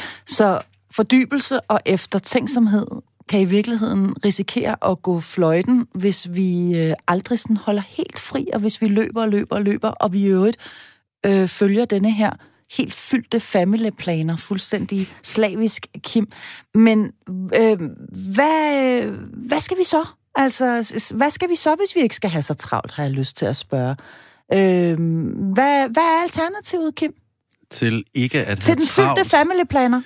Så fordybelse og eftertænksomhed kan i virkeligheden risikere at gå fløjten, hvis vi øh, aldrig sådan holder helt fri, og hvis vi løber og løber og løber, og vi i øvrigt øh, følger denne her helt fyldte family-planer, fuldstændig slavisk, Kim. Men øh, hvad, hvad skal vi så? Altså, hvad skal vi så, hvis vi ikke skal have så travlt, har jeg lyst til at spørge. Øh, hvad, hvad er alternativet, Kim? Til ikke at Til have den travlt. fyldte family-planer?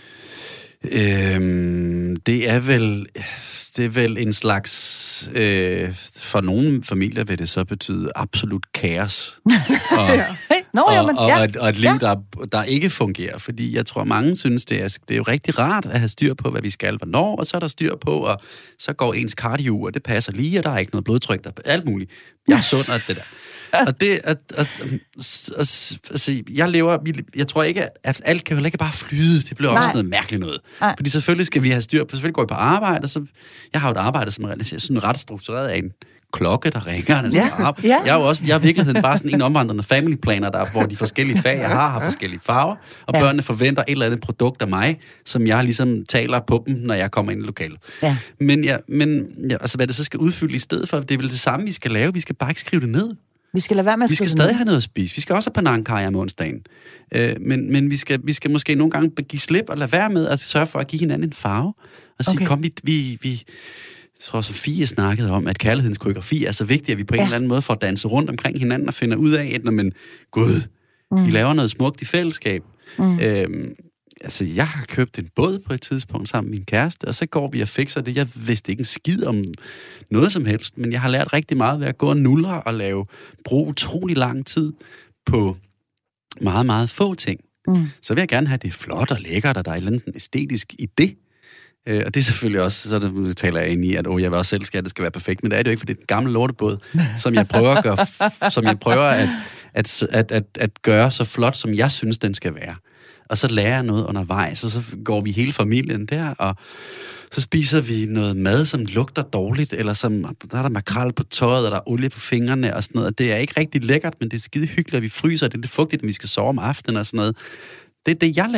Øhm, det er vel det er vel en slags øh, for nogle familier vil det så betyde absolut kaos og, ja. Nå, og, jo, men, og, ja. og, et, og et liv ja. der, der ikke fungerer, fordi jeg tror mange synes det er, det er jo rigtig rart at have styr på hvad vi skal hvornår, og så er der styr på, og så går ens cardio, og det passer lige, og der er ikke noget blodtryk, der alt muligt. Jeg er sund og det der. Og det, at, at, at, altså, jeg lever, jeg tror ikke, at alt kan jo ikke bare flyde. Det bliver også noget mærkeligt noget. Nej. Fordi selvfølgelig skal vi have styr på, selvfølgelig går vi på arbejde, og så, jeg har jo et arbejde sådan, sådan ret struktureret af en klokke, der ringer. Altså, ja. Ja. Jeg er jo også, jeg er i virkeligheden bare sådan en omvandrende family planner, der, hvor de forskellige fag, jeg har, har forskellige farver, og ja. Børnene forventer et eller andet produkt af mig, som jeg ligesom taler på dem, når jeg kommer ind i lokalet. Ja. Men, ja, men ja, altså, hvad det så skal udfylde i stedet for, det er vel det samme, vi skal lave. Vi skal bare ikke skrive det ned. Vi skal lade være med at Vi skal stadig have noget at spise. Vi skal også have panangkajer om onsdagen. Øh, men men vi, skal, vi skal måske nogle gange give slip og lade være med at sørge for at give hinanden en farve. Og sige, okay. kom, vi... vi, vi jeg tror, Sofie snakkede om, at kærlighedens koreografi er så vigtigt, at vi på ja. En eller anden måde får danset rundt omkring hinanden og finder ud af, at når man, gud, mm. vi laver noget smukt i fællesskab. Mm. Øhm, altså, jeg har købt en båd på et tidspunkt sammen med min kæreste, og så går vi og fikser det. Jeg vidste ikke en skid om noget som helst, men jeg har lært rigtig meget ved at gå og nuller og lave, bruge utrolig lang tid på meget, meget få ting. Mm. Så vil jeg gerne have det flot og lækkert, og der er et eller andet æstetisk i det. Øh, og det er selvfølgelig også, så der taler jeg ind i, at åh, jeg vil også selv skal, at det skal være perfekt, men det er det jo ikke, for det er den gamle lortebåd, som jeg prøver at gøre, som jeg prøver at, at, at, at, at gøre så flot, som jeg synes, den skal være. Og så lærer jeg noget undervejs, og så går vi hele familien der, og så spiser vi noget mad, som lugter dårligt, eller som, der er der makrel på tøjet, og der er olie på fingrene og sådan noget. Det er ikke rigtig lækkert, men det er skide hyggeligt, at vi fryser, det er lidt fugtigt, at vi skal sove om aftenen og sådan noget. Det er det, jeg laver.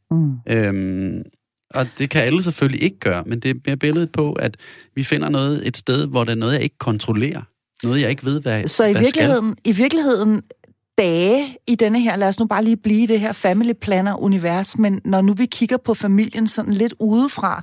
Mm. Øhm, og det kan alle selvfølgelig ikke gøre, men det er mere billedet på, at vi finder noget et sted, hvor der er noget, jeg ikke kontrollerer. Noget, jeg ikke ved, hvad, Så i hvad virkeligheden, skal. i virkeligheden, dage i denne her, lad os nu bare lige blive i det her family planner-univers, men når nu vi kigger på familien sådan lidt udefra,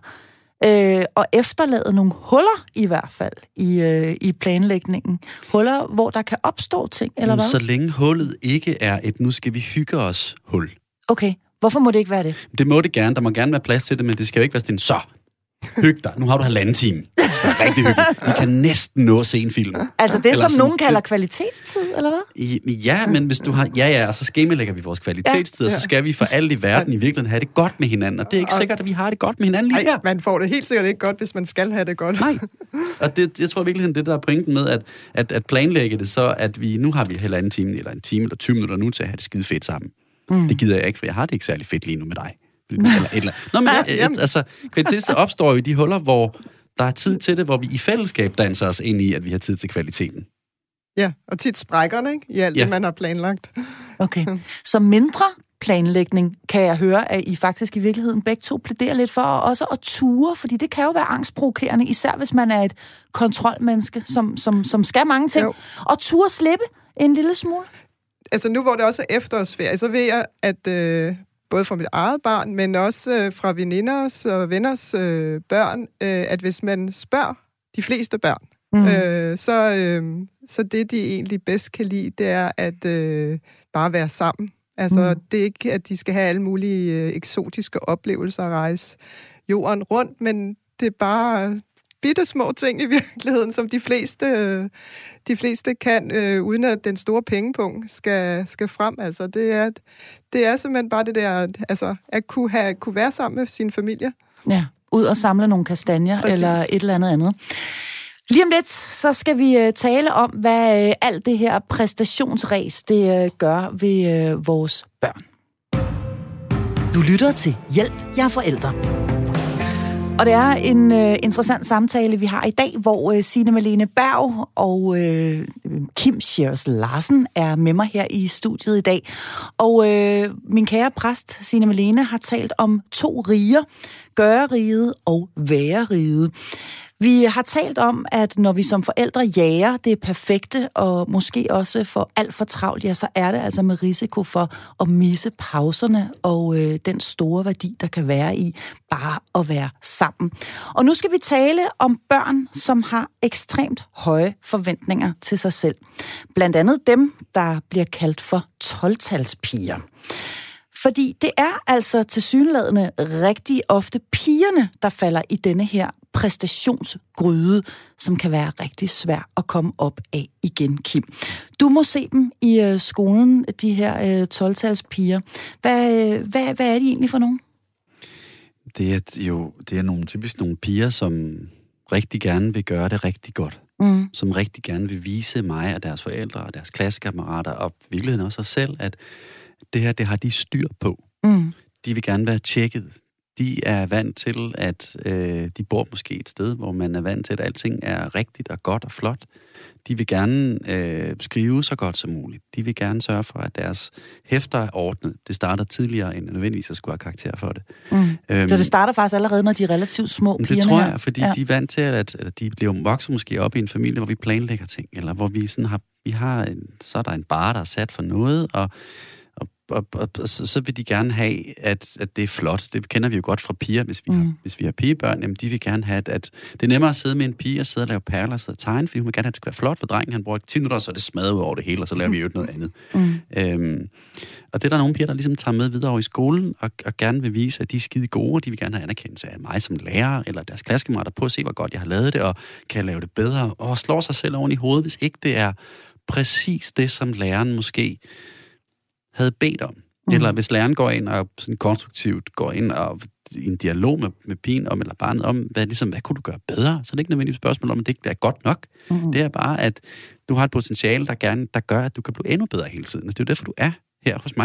øh, og efterlade nogle huller i hvert fald i, øh, i planlægningen. Huller, hvor der kan opstå ting, eller hvad? Så længe hullet ikke er et, nu skal vi hygge os hul. Okay, hvorfor må det ikke være det? Det må det gerne, der må gerne være plads til det, men det skal jo ikke være sådan, så hyg dig, nu har du halvanden time. Det skal være rigtig hyggeligt. Vi kan næsten nå at se en film. Altså det, eller som sådan, nogen kalder kvalitetstid, eller hvad? Ja, men hvis du har... Ja, ja, og så skemalægger vi vores kvalitetstid, ja. Og så skal vi for alt i verden i virkeligheden have det godt med hinanden. Og det er ikke sikkert, at vi har det godt med hinanden lige her. Man får det helt sikkert ikke godt, hvis man skal have det godt. Nej. Og det, jeg tror virkelig, det der er pointen med, at, at, at planlægge det så, at vi nu har vi halvanden time, eller en time, eller tyve minutter nu til at have det skide fedt sammen. Mm. Det gider jeg ikke, for jeg har det ikke særlig fedt lige nu med dig. Eller et eller Nå, men et, altså, kvalitetstid opstår jo i de huller, hvor der er tid til det, hvor vi i fællesskab danser os ind i, at vi har tid til kvaliteten. Ja, og tit sprækkerne, ikke? I alt ja. det, man har planlagt. Okay. Så mindre planlægning, kan jeg høre, at I faktisk i virkeligheden begge to plæderer lidt for, og også at ture, fordi det kan jo være angstprovokerende, især hvis man er et kontrolmenneske, som, som, som skal mange ting. Jo. Og ture slippe en lille smule. Altså nu, hvor det også er efterårsferie, så ved jeg, at øh, både fra mit eget barn, men også øh, fra veninders og venners øh, børn, øh, at hvis man spørger de fleste børn, mm. øh, så, øh, så det, de egentlig bedst kan lide, det er at øh, bare være sammen. Altså, mm. det er ikke, at de skal have alle mulige øh, eksotiske oplevelser at rejse jorden rundt, men det er bare bitte små ting i virkeligheden, som de fleste, øh, de fleste kan, øh, uden at den store pengepunkt skal, skal frem. Altså, det er, det er simpelthen bare det der, altså, at kunne, have, kunne være sammen med sin familie. Ja, ud og samle nogle kastanjer. Præcis. Eller et eller andet andet. Lige om lidt, så skal vi tale om, hvad alt det her præstationsræs, det gør ved vores børn. Du lytter til Hjælp, jeg er forældre. Og det er en uh, interessant samtale, vi har i dag, hvor uh, Signe Malene Berg og uh, Kim Scherers Larsen er med mig her i studiet i dag. Og uh, min kære præst, Signe Malene, har talt om to riger, gøre-riget og være-riget. Vi har talt om, at når vi som forældre jager det perfekte, og måske også for alt for travlt, ja, så er det altså med risiko for at misse pauserne og øh, den store værdi, der kan være i bare at være sammen. Og nu skal vi tale om børn, som har ekstremt høje forventninger til sig selv. Blandt andet dem, der bliver kaldt for tolv-talspiger. Fordi det er altså tilsyneladende rigtig ofte pigerne, der falder i denne her præstationsgryde, som kan være rigtig svær at komme op af igen, Kim. Du må se dem i øh, skolen, de her øh, tolv-talspiger. Hvad, øh, hvad, hvad er de egentlig for nogen? Det er jo det er nogle, typisk nogle piger, som rigtig gerne vil gøre det rigtig godt. Mm. Som rigtig gerne vil vise mig og deres forældre og deres klassekammerater og i virkeligheden også sig selv, at det her, det har de styr på. Mm. De vil gerne være tjekket. De er vant til, at øh, de bor måske et sted, hvor man er vant til, at alting er rigtigt og godt og flot. De vil gerne øh, skrive så godt som muligt. De vil gerne sørge for, at deres hæfter er ordnet. Det starter tidligere, end nødvendigvis at skulle have karakter for det. Mm. Øhm, så det starter faktisk allerede, når de er relativt små pigerne. Det tror jeg, her. fordi ja. de er vant til, at, at de bliver vokset måske op i en familie, hvor vi planlægger ting, eller hvor vi sådan har, vi har en, så er der en bar, der er sat for noget, og Og, og, og, og så, så vil de gerne have, at, at det er flot. Det kender vi jo godt fra piger, hvis vi, mm. har, hvis vi har pigebørn. Jamen, de vil gerne have, at, at det er nemmere at sidde med en pige og sidde og lave perler og sidde og tegne, fordi hun vil gerne have, at det skal være flot for drengen. Han bruger ti minutter, så er det smadret ud over det hele, og så laver vi jo noget andet. Mm. Øhm, og det er der nogle piger, der ligesom tager med videre over i skolen, og, og gerne vil vise, at de er skide gode, og de vil gerne have anerkendelse af mig som lærer, eller deres klassekammerater på at se, hvor godt jeg har lavet det, og kan jeg lave det bedre, og slår sig selv oven i hovedet, hvis ikke det er præcis det, som læreren måske havde bedt om. Mm. Eller hvis læreren går ind og sådan konstruktivt går ind og i en dialog med, med pigen om, eller barnet om, hvad, ligesom, hvad kunne du gøre bedre? Så det er ikke nødvendigvis et spørgsmål om, at det ikke er godt nok. Mm. Det er bare, at du har et potentiale, der, gerne, der gør, at du kan blive endnu bedre hele tiden. Det er jo derfor, du er her hos mig.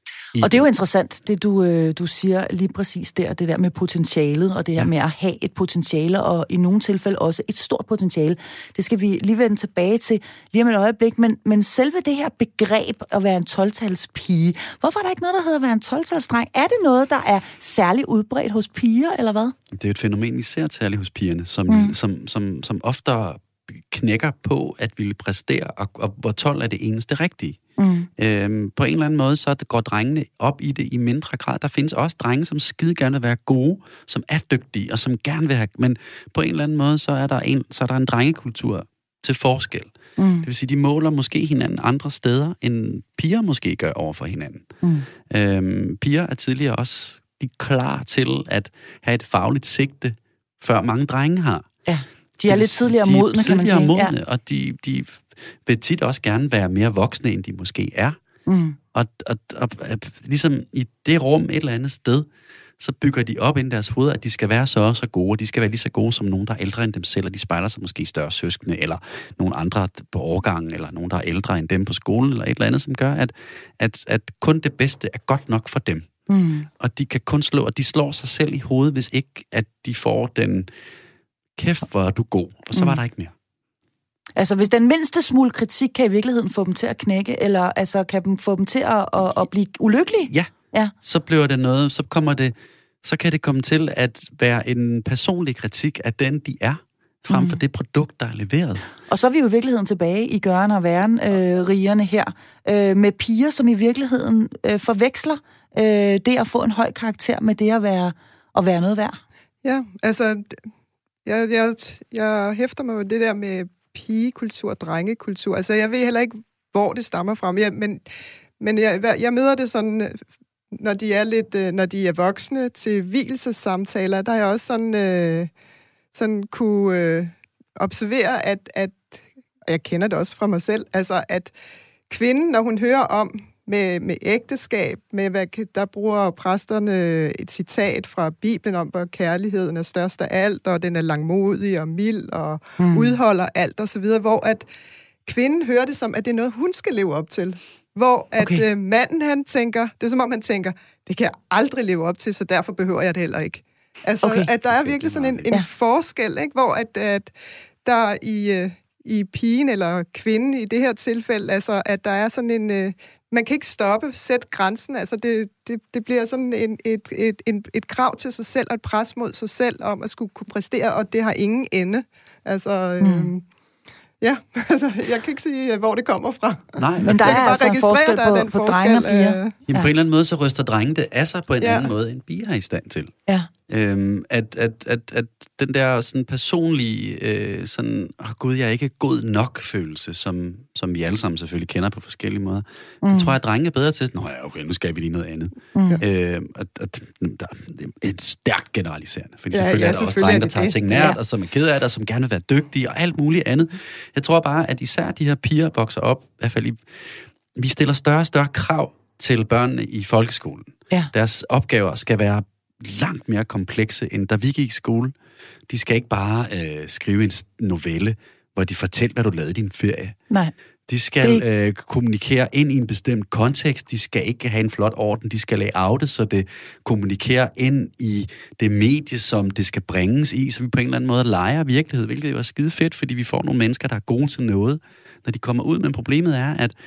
I og det er jo interessant, det du, øh, du siger lige præcis der, det der med potentialet, og det her ja. med at have et potentiale, og i nogle tilfælde også et stort potentiale. Det skal vi lige vende tilbage til lige om et øjeblik, men, men selve det her begreb at være en tolv-talspige, hvorfor er der ikke noget, der hedder at være en tolv-talsdreng? Er det noget, der er særligt udbredt hos piger, eller hvad? Det er et fænomen, vi ser særligt hos pigerne, som, mm. som, som, som ofte knækker på at ville præstere, og, og hvor tolv er det eneste rigtige. Mm. Øhm, på en eller anden måde, så går drengene op i det i mindre grad. Der findes også drenge, som skide gerne vil være gode, som er dygtige, og som gerne vil have... Men på en eller anden måde, så er der en, så er der en drengekultur til forskel. Mm. Det vil sige, de måler måske hinanden andre steder, end piger måske gør over for hinanden. Mm. Øhm, piger er tidligere også de er klar til at have et fagligt sigte, før mange drenge har. Ja, de er de, lidt tidligere modne, kan man sige. De er modne, ja. Og de... de vil tit også gerne være mere voksne, end de måske er. Mm. Og, og, og, og ligesom i det rum et eller andet sted, så bygger de op ind i deres hoved, at de skal være så så gode, og de skal være lige så gode som nogen, der er ældre end dem selv, og de spejler sig måske større søskende, eller nogle andre på årgangen, eller nogen, der er ældre end dem på skolen, eller et eller andet, som gør, at, at, at kun det bedste er godt nok for dem. Mm. Og de kan kun slå, og de slår sig selv i hovedet, hvis ikke, at de får den kæft, hvor er du god, og så mm. var der ikke mere. Altså, hvis den mindste smule kritik kan i virkeligheden få dem til at knække, eller altså, kan dem få dem til at, at, at blive ulykkelige? Ja. ja, så bliver det noget, så kommer det, så kan det komme til at være en personlig kritik af den, de er, frem for mm. det produkt, der er leveret. Og så er vi jo i virkeligheden tilbage i gøren og væren, øh, rigerne her, øh, med piger, som i virkeligheden øh, forveksler øh, det at få en høj karakter med det at være, at være noget værd. Ja, altså, jeg, jeg, jeg hæfter mig med det der med pigekultur, drengekultur. Altså, jeg ved heller ikke, hvor det stammer fra, men, men, men jeg, jeg møder det sådan, når de er lidt, når de er voksne til vielsesamtaler, der er jeg også sådan, øh, sådan kunne øh, observere, at, at, og jeg kender det også fra mig selv, altså, at kvinden, når hun hører om med, med ægteskab, med hvad, der bruger præsterne et citat fra Bibelen om, hvor kærligheden er størst af alt, og den er langmodig og mild, og mm. udholder alt, og så videre, hvor at kvinden hører det som, at det er noget, hun skal leve op til. Hvor at okay. øh, manden, han tænker, det er som om han tænker, det kan jeg aldrig leve op til, så derfor behøver jeg det heller ikke. Altså, okay. at der er virkelig sådan en, en ja. forskel, ikke? Hvor at, at der i, øh, i pigen eller kvinden i det her tilfælde, altså, at der er sådan en... Øh, man kan ikke stoppe, sætte grænsen. Altså, det, det, det bliver sådan en, et, et, et, et krav til sig selv, og et pres mod sig selv om at skulle kunne præstere, og det har ingen ende. Altså... Mm. Øhm, Ja, altså, jeg kan ikke sige, hvor det kommer fra. Nej, men der er altså en forskel på, på, på drenge og piger. Øh... Jamen, ja. På en eller anden måde, så ryster drenge det af sig på en ja. anden måde, end piger er i stand til. Ja. Øhm, at, at, at, at den der sådan personlige, øh, sådan, oh, gud, jeg er ikke god nok følelse, som, som vi alle sammen selvfølgelig kender på forskellige måder. Mm. Jeg tror, at drenge er bedre til, nå ja, okay, nu skal vi lige noget andet. Mm. Øh, at, at, der er et stærkt generaliserende, fordi ja, selvfølgelig ja, er der også drenge, der tager ting nært, ja. og som er ked af det, og som gerne vil være dygtige, og alt muligt andet. Jeg tror bare, at især de her piger vokser op, i hvert fald i, vi stiller større og større krav til børnene i folkeskolen. Ja. Deres opgaver skal være langt mere komplekse, end da vi gik i skole. De skal ikke bare øh, skrive en novelle, hvor de fortæller, hvad du lavede i din ferie. Nej. De skal det... øh, kommunikere ind i en bestemt kontekst. De skal ikke have en flot orden. De skal layoute, så det kommunikerer ind i det medie, som det skal bringes i, så vi på en eller anden måde leger virkelighed, hvilket jo er skide fedt, fordi vi får nogle mennesker, der er gode til noget, når de kommer ud. Men problemet er, at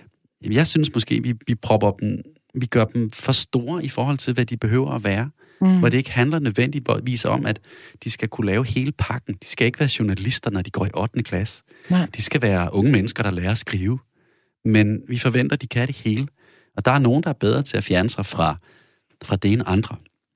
jeg synes måske, vi, vi propper dem, vi gør dem for store i forhold til, hvad de behøver at være. Mm. Hvor det ikke handler nødvendigvis om, at de skal kunne lave hele pakken. De skal ikke være journalister, når de går i ottende klasse. Nej. De skal være unge mennesker, der lærer at skrive. Men vi forventer, at de kan det hele. Og der er nogen, der er bedre til at fjerne sig fra, fra det ene andre.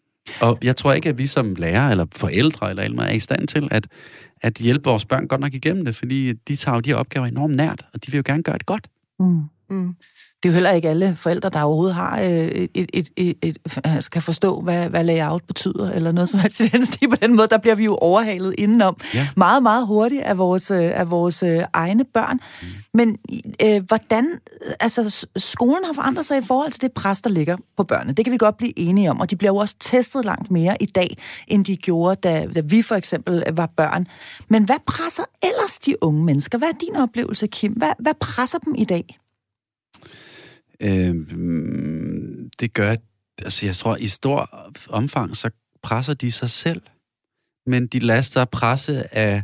Og jeg tror ikke, at vi som lærer eller forældre eller eller er i stand til at, at hjælpe vores børn godt nok igennem det, fordi de tager jo de her opgaver enormt nært, og de vil jo gerne gøre det godt. Mm. Mm. Det er jo heller ikke alle forældre, der overhovedet har et, et, et, et, et skal forstå, hvad, hvad layout betyder, eller noget som helst i den stil. På den måde, der bliver vi jo overhalet indenom. Ja. Meget, meget hurtigt af vores, af vores egne børn. Mm. Men øh, hvordan, altså skolen har forandret sig i forhold til det pres, der ligger på børnene. Det kan vi godt blive enige om, og de bliver jo også testet langt mere i dag, end de gjorde, da, da vi for eksempel var børn. Men hvad presser ellers de unge mennesker? Hvad er din oplevelse, Kim? Hvad, hvad presser dem i dag? Øhm, det gør, altså jeg tror, i stor omfang, så presser de sig selv, men de lader sig presse af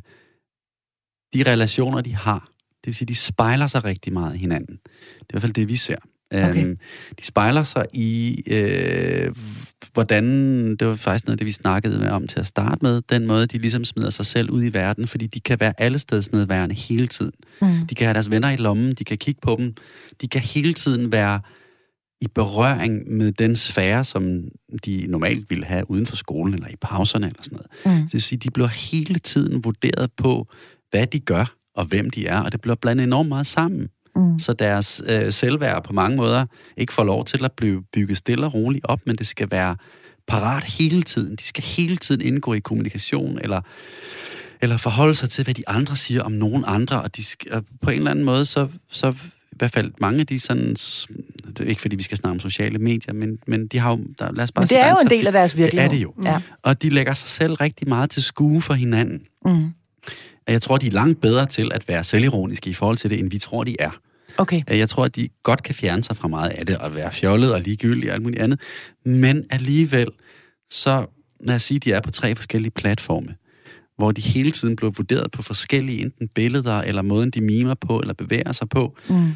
de relationer, de har. Det vil sige, de spejler sig rigtig meget i hinanden. Det er i hvert fald det, vi ser. Okay. Øhm, de spejler sig i, øh, hvordan, det var faktisk noget, det vi snakkede med om til at starte med, den måde, de ligesom smider sig selv ud i verden, fordi de kan være allestedsnedværende hele tiden. Mm. De kan have deres venner i lommen, de kan kigge på dem, de kan hele tiden være i berøring med den sfære, som de normalt ville have uden for skolen, eller i pauserne, eller sådan noget. Mm. Så det vil sige, de bliver hele tiden vurderet på, hvad de gør, og hvem de er, og det bliver blandet enormt meget sammen. Mm. Så deres øh, selvværd på mange måder ikke får lov til at blive bygget stille og roligt op, men det skal være parat hele tiden. De skal hele tiden indgå i kommunikation, eller, eller forholde sig til, hvad de andre siger om nogen andre, og de skal, og på en eller anden måde, så, så i hvert fald mange af de sådan, det er ikke fordi vi skal snakke om sociale medier, men, men de har jo, der, lad os bare men det er jo en del af deres virkelighed. Det er det jo. Ja. Og de lægger sig selv rigtig meget til skue for hinanden. Mm. Jeg tror, de er langt bedre til at være selvironiske i forhold til det, end vi tror, de er. Okay. Jeg tror, at de godt kan fjerne sig fra meget af det, og være fjollet og ligegyldige og alt muligt andet. Men alligevel, så lad os sige, at de er på tre forskellige platforme, hvor de hele tiden bliver vurderet på forskellige enten billeder, eller måden, de mimer på, eller bevæger sig på. Mm.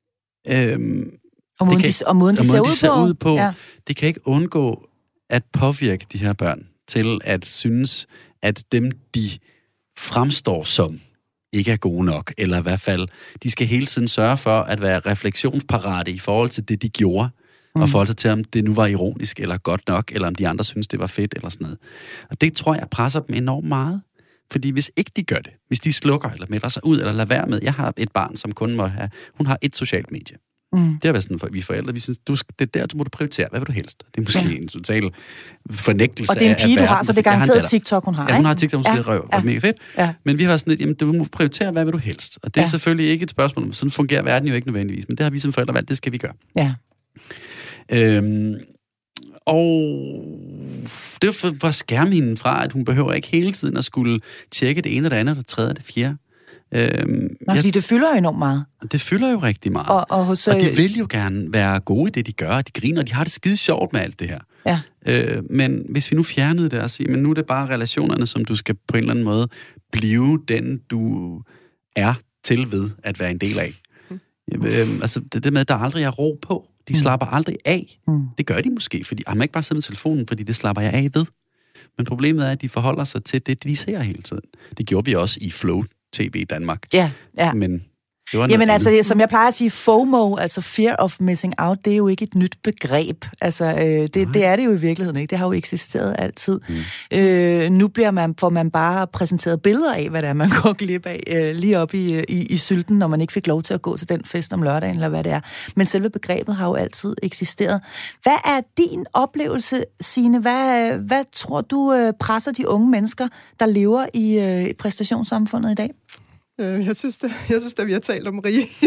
Øhm, og måden, kan, de, og måden, de, og ser, måden, de ser ud på. ud på. Ja. Det kan ikke undgå at påvirke de her børn til at synes, at dem, de fremstår som, ikke er gode nok, eller i hvert fald, de skal hele tiden sørge for at være refleksionsparate i forhold til det, de gjorde, mm. og forhold til, om det nu var ironisk, eller godt nok, eller om de andre synes, det var fedt, eller sådan noget. Og det tror jeg presser dem enormt meget. Fordi hvis ikke de gør det, hvis de slukker, eller melder sig ud, eller lader være med, jeg har et barn, som kun må have, hun har et socialt medie. Mm. Det har været sådan, for vi forældre, vi synes, du skal, det er der, du må du prioritere. Hvad vil du helst? Det er måske ja. en total fornægtelse af. Og det er en pige, du har, så det er garanteret TikTok, hun har, ja, hun har TikTok, hun siger, røv, ja. mega fedt. Ja. Men vi har sådan lidt, jamen, du må prioritere, hvad vil du helst? Og det er ja. selvfølgelig ikke et spørgsmål, sådan fungerer verden jo ikke nødvendigvis, men det har vi som forældre valgt, det skal vi gøre. Ja. Øhm, og det var skærme hende fra, at hun behøver ikke hele tiden at skulle tjekke det ene, det andet, det tredje, det fjerde. Øhm, Nå, fordi jeg, det fylder jo enormt meget. Det fylder jo rigtig meget. Og, og, hos, og de vil jo gerne være gode i det, de gør. De griner, og de har det skide sjovt med alt det her. Ja. Øh, men hvis vi nu fjernede det og siger, men nu er det bare relationerne, som du skal på en eller anden måde blive den, du er til ved at være en del af. Mm. Øh, altså det, det med, at der aldrig er ro på. De mm. slapper aldrig af. Mm. Det gør de måske, fordi jeg må ikke bare sidde med telefonen, fordi det slapper jeg af ved. Men problemet er, at de forholder sig til det, de ser hele tiden. Det gjorde vi også i Flow T V i Danmark. Ja, ja. Men Jamen altså, det, som jeg plejer at sige, FOMO, altså Fear of Missing Out, det er jo ikke et nyt begreb. Altså, øh, det, det er det jo i virkeligheden ikke. Det har jo eksisteret altid. Mm. Øh, nu bliver man, får man bare præsenteret billeder af, hvad det er, man går glip af, øh, lige op i, i, i sylten, når man ikke fik lov til at gå til den fest om lørdagen, eller hvad det er. Men selve begrebet har jo altid eksisteret. Hvad er din oplevelse, Signe? Hvad, hvad tror du øh, presser de unge mennesker, der lever i øh, præstationssamfundet i dag? Jeg synes, det, jeg synes, at vi har talt om rige. Jeg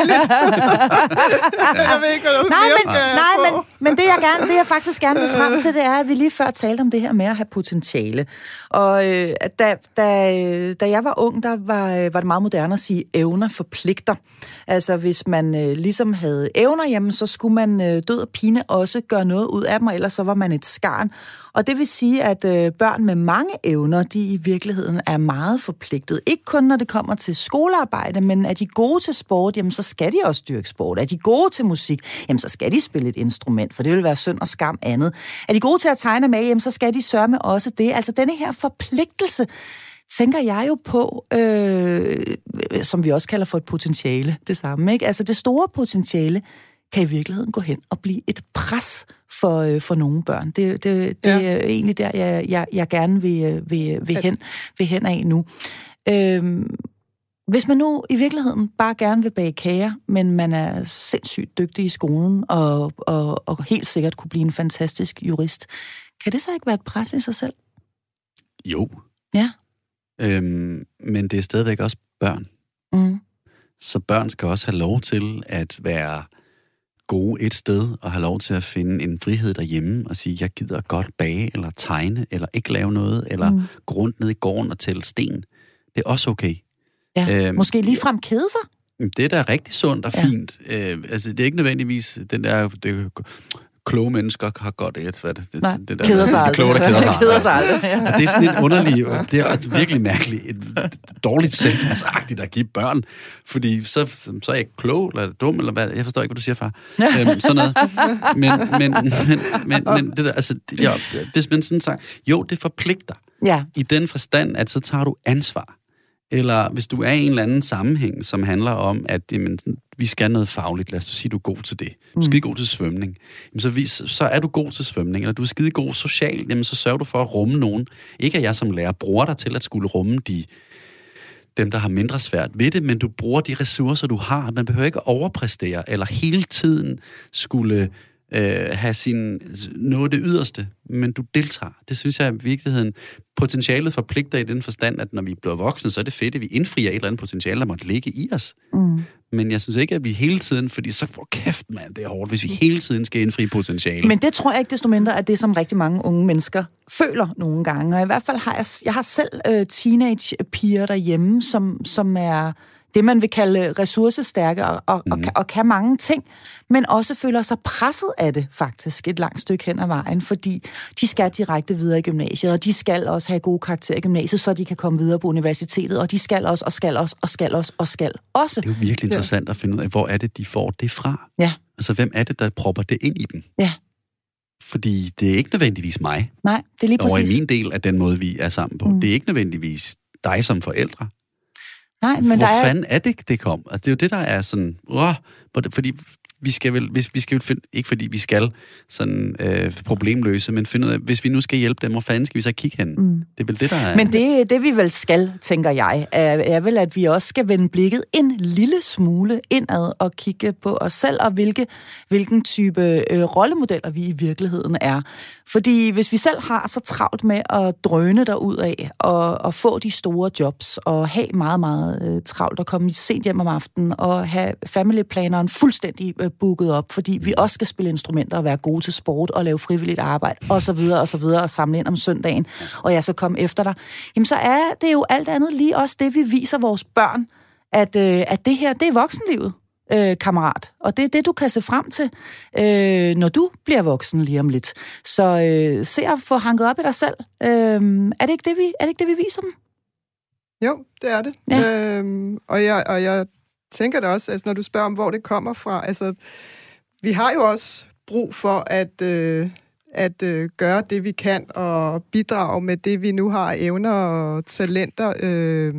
ved ikke, hvad nej, men, skal nej, men, men det jeg gerne, det jeg faktisk gerne vil frem til, det er, at vi lige før talte om det her med at have potentiale. Og øh, da, da, da jeg var ung, der var, var det meget moderne at sige, evner forpligter. Altså, hvis man øh, ligesom havde evner, jamen, så skulle man øh, død og pine også gøre noget ud af dem, og ellers så var man et skarn. Og det vil sige, at øh, børn med mange evner, de i virkeligheden er meget forpligtet. Ikke kun, når det kommer til skolearbejde, men er de gode til sport, jamen så skal de også dyrke sport. Er de gode til musik, jamen så skal de spille et instrument, for det vil være synd og skam andet. Er de gode til at tegne og male, jamen så skal de sørge med også det. Altså denne her forpligtelse, tænker jeg jo på, øh, som vi også kalder for et potentiale, det samme, ikke? Altså det store potentiale kan i virkeligheden gå hen og blive et pres for, øh, for nogle børn. Det, det, det ja. er egentlig der, jeg, jeg, jeg gerne vil, vil, vil, hen, vil hen af nu. Øhm, hvis man nu i virkeligheden bare gerne vil bage kager, men man er sindssygt dygtig i skolen og, og, og helt sikkert kunne blive en fantastisk jurist, kan det så ikke være et pres i sig selv? Jo. Ja. Øhm, men det er stadigvæk også børn. Mm. Så børn skal også have lov til at være gode et sted, og have lov til at finde en frihed derhjemme, og sige, jeg gider godt bage, eller tegne, eller ikke lave noget, eller mm. gå rundt ned i gården og tælle sten. Det er også okay. Ja, øhm, måske ligefrem kede sig? Det er da rigtig sundt og fint. Ja. Øh, altså, det er ikke nødvendigvis den der... Det, kloge mennesker har godt et, hvad det, det, Nej, det der, keder sig aldrig. Kloge, der keder sig, keder sig aldrig. Ja. Og det er sådan en underlig, det er virkelig mærkeligt, et dårligt selvfærdsagtigt at give børn, fordi så, så er jeg ikke klog, eller dum, eller hvad, jeg forstår ikke, hvad du siger, far. øhm, sådan noget. Men, men, men, men, men det der, altså, ja, hvis man sådan sagt, jo, det forpligter. Ja. I den forstand, at så tager du ansvar. Eller hvis du er i en eller anden sammenhæng, som handler om, at jamen, vi skal noget fagligt, lad os sige, du er god til det. Du er skide god til svømning. Jamen, så, vis, så er du god til svømning, eller du er skide god socialt, jamen, så sørger du for at rumme nogen. Ikke at jeg som lærer bruger dig til at skulle rumme de, dem, der har mindre svært ved det, men du bruger de ressourcer, du har. Man behøver ikke overpræstere, eller hele tiden skulle... Øh, have sin, noget det yderste, men du deltager. Det synes jeg er i virkeligheden. Potentialet forpligter i den forstand, at når vi bliver voksne, så er det fedt, at vi indfrier et eller andet potentiale, der måtte ligge i os. Mm. Men jeg synes ikke, at vi hele tiden, fordi så får kæft, mand, det er hårdt, hvis vi hele tiden skal indfri potentiale. Men det tror jeg ikke desto mindre, at det som rigtig mange unge mennesker føler nogle gange. Og i hvert fald har jeg, jeg har selv øh, teenage-piger derhjemme, som, som er det, man vil kalde ressourcestærke og, og, mm. og, og kan mange ting, men også føler sig presset af det faktisk et langt stykke hen ad vejen, fordi de skal direkte videre i gymnasiet, og de skal også have gode karakterer i gymnasiet, så de kan komme videre på universitetet, og de skal også, og skal også, og skal også, og skal også. Det er jo virkelig interessant ja. At finde ud af, hvor er det, de får det fra? Ja. Altså, hvem er det, der propper det ind i dem? Ja. Fordi det er ikke nødvendigvis mig. Nej, det er lige præcis. Og i min del af den måde, vi er sammen på. Mm. Det er ikke nødvendigvis dig som forældre. Nej, men Hvor der er... fanden er det, det kom? Altså, det er jo det, der er sådan... Åh, fordi vi skal vel... Hvis vi skal jo finde, ikke fordi vi skal sådan øh, problemløse, men finde ud af, hvis vi nu skal hjælpe dem, hvor fanden skal vi så kigge hen? Mm. Det er vel det, der er... Men det, det vi vel skal, tænker jeg, er, er vel, at vi også skal vende blikket en lille smule indad og kigge på os selv, og hvilke, hvilken type øh, rollemodeller vi i virkeligheden er. Fordi hvis vi selv har så travlt med at drøne derudad og, og få de store jobs, og have meget, meget øh, travlt og komme sent hjem om aftenen, og have familyplaneren fuldstændig øh, booket op, fordi vi også skal spille instrumenter og være gode til sport og lave frivilligt arbejde, og så videre, og så videre, og samle ind om søndagen, og jeg så komme efter dig, jamen så er det jo alt andet lige også det, vi viser vores børn, at, øh, at det her, det er voksenlivet, øh, kammerat. Og det er det, du kan se frem til, øh, når du bliver voksen lige om lidt. Så øh, se at få hanket op i dig selv. Øh, er det ikke det, vi, er det ikke det, vi viser dem? Jo, det er det. Ja. Øhm, og, jeg, og jeg tænker det også, altså, når du spørger om, hvor det kommer fra. Altså, vi har jo også brug for at, øh, at øh, gøre det, vi kan, og bidrage med det, vi nu har evner og talenter. Øh,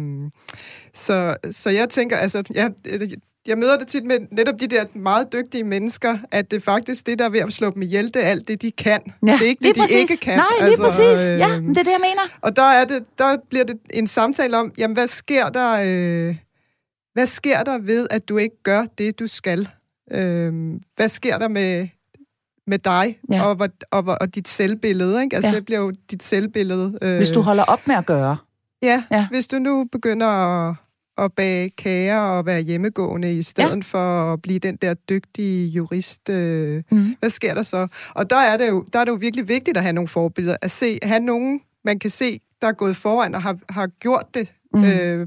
så, så jeg tænker, altså... Jeg, Jeg møder det tit med netop de der meget dygtige mennesker, at det faktisk det, der er ved at slå dem ihjel, det er alt det, de kan. Ja, det er ikke det, de præcis. ikke kan. Nej, lige altså, præcis. Ja, øh, det er det, jeg mener. Og der, er det, der bliver det en samtale om, jamen, hvad sker der, øh, hvad sker der ved, at du ikke gør det, du skal? Øh, hvad sker der med, med dig ja. og, og, og, og dit selvbillede? Ikke? Altså, ja. Det bliver jo dit selvbillede. Øh, hvis du holder op med at gøre. Ja, ja. Hvis du nu begynder at... at bage kager og være hjemmegående i stedet ja. for at blive den der dygtige jurist. Øh, mm. Hvad sker der så? Og der er, det jo, der er det jo virkelig vigtigt at have nogle forbilleder. At se, have nogen, man kan se, der er gået foran og har, har gjort det. Mm. Øh,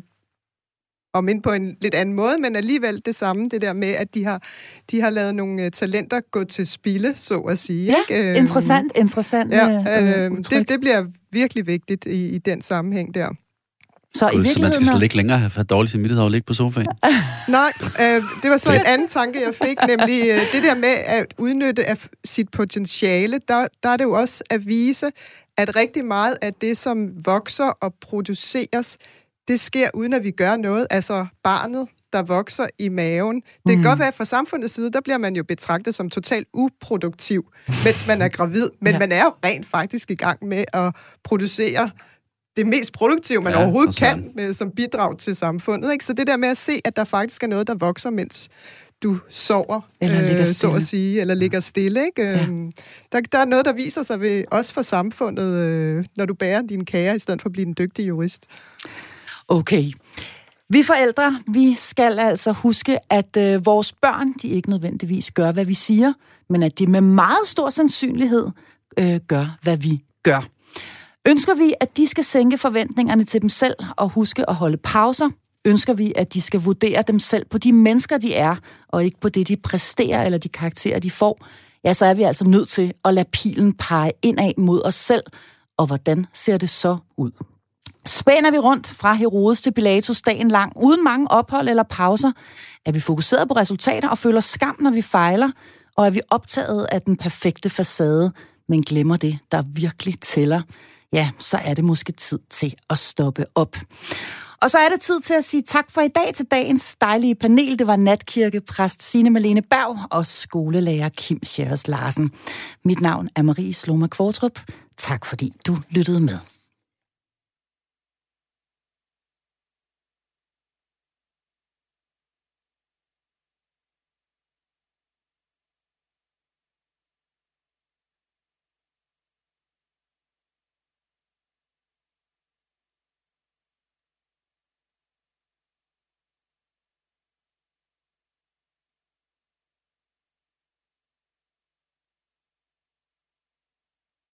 om ind på en lidt anden måde, men alligevel det samme, det der med, at de har, de har lavet nogle uh, talenter gå til spilde, så at sige. Ja, ikke? interessant, interessant ja, øh, det, det bliver virkelig vigtigt i, i den sammenhæng der. Så, i så man skal slet ikke længere have dårlig samvittighed og ligge på sofaen? Nej, øh, det var så en anden tanke, jeg fik, nemlig øh, det der med at udnytte af sit potentiale. Der, der er det jo også at vise, at rigtig meget af det, som vokser og produceres, det sker uden at vi gør noget. Altså barnet, der vokser i maven. Det kan mm. godt være, at fra samfundets side, der bliver man jo betragtet som totalt uproduktiv, mens man er gravid. Men ja. man er jo rent faktisk i gang med at producere det mest produktive, man ja, overhovedet kan, med, som bidrag til samfundet. Ikke? Så det der med at se, at der faktisk er noget, der vokser, mens du sover, øh, så at sige, eller ligger stille. Ikke? Ja. Der, der er noget, der viser sig ved, også for samfundet, øh, når du bærer dine kager, i stedet for at blive en dygtig jurist. Okay. Vi forældre, vi skal altså huske, at øh, vores børn, de ikke nødvendigvis gør, hvad vi siger, men at de med meget stor sandsynlighed øh, gør, hvad vi gør. Ønsker vi, at de skal sænke forventningerne til dem selv og huske at holde pauser, ønsker vi, at de skal vurdere dem selv på de mennesker, de er, og ikke på det, de præsterer eller de karakterer, de får, ja, så er vi altså nødt til at lade pilen pege indad mod os selv. Og hvordan ser det så ud? Spænder vi rundt fra Herodes til Pilatus dagen lang, uden mange ophold eller pauser? Er vi fokuseret på resultater og føler skam, når vi fejler? Og er vi optaget af den perfekte facade, men glemmer det, der virkelig tæller? Ja, så er det måske tid til at stoppe op. Og så er det tid til at sige tak for i dag til dagens dejlige panel. Det var natkirkepræst Signe Malene Berg og skolelærer Kim Scherres Larsen. Mit navn er Marie Sloma Kvartrup. Tak fordi du lyttede med.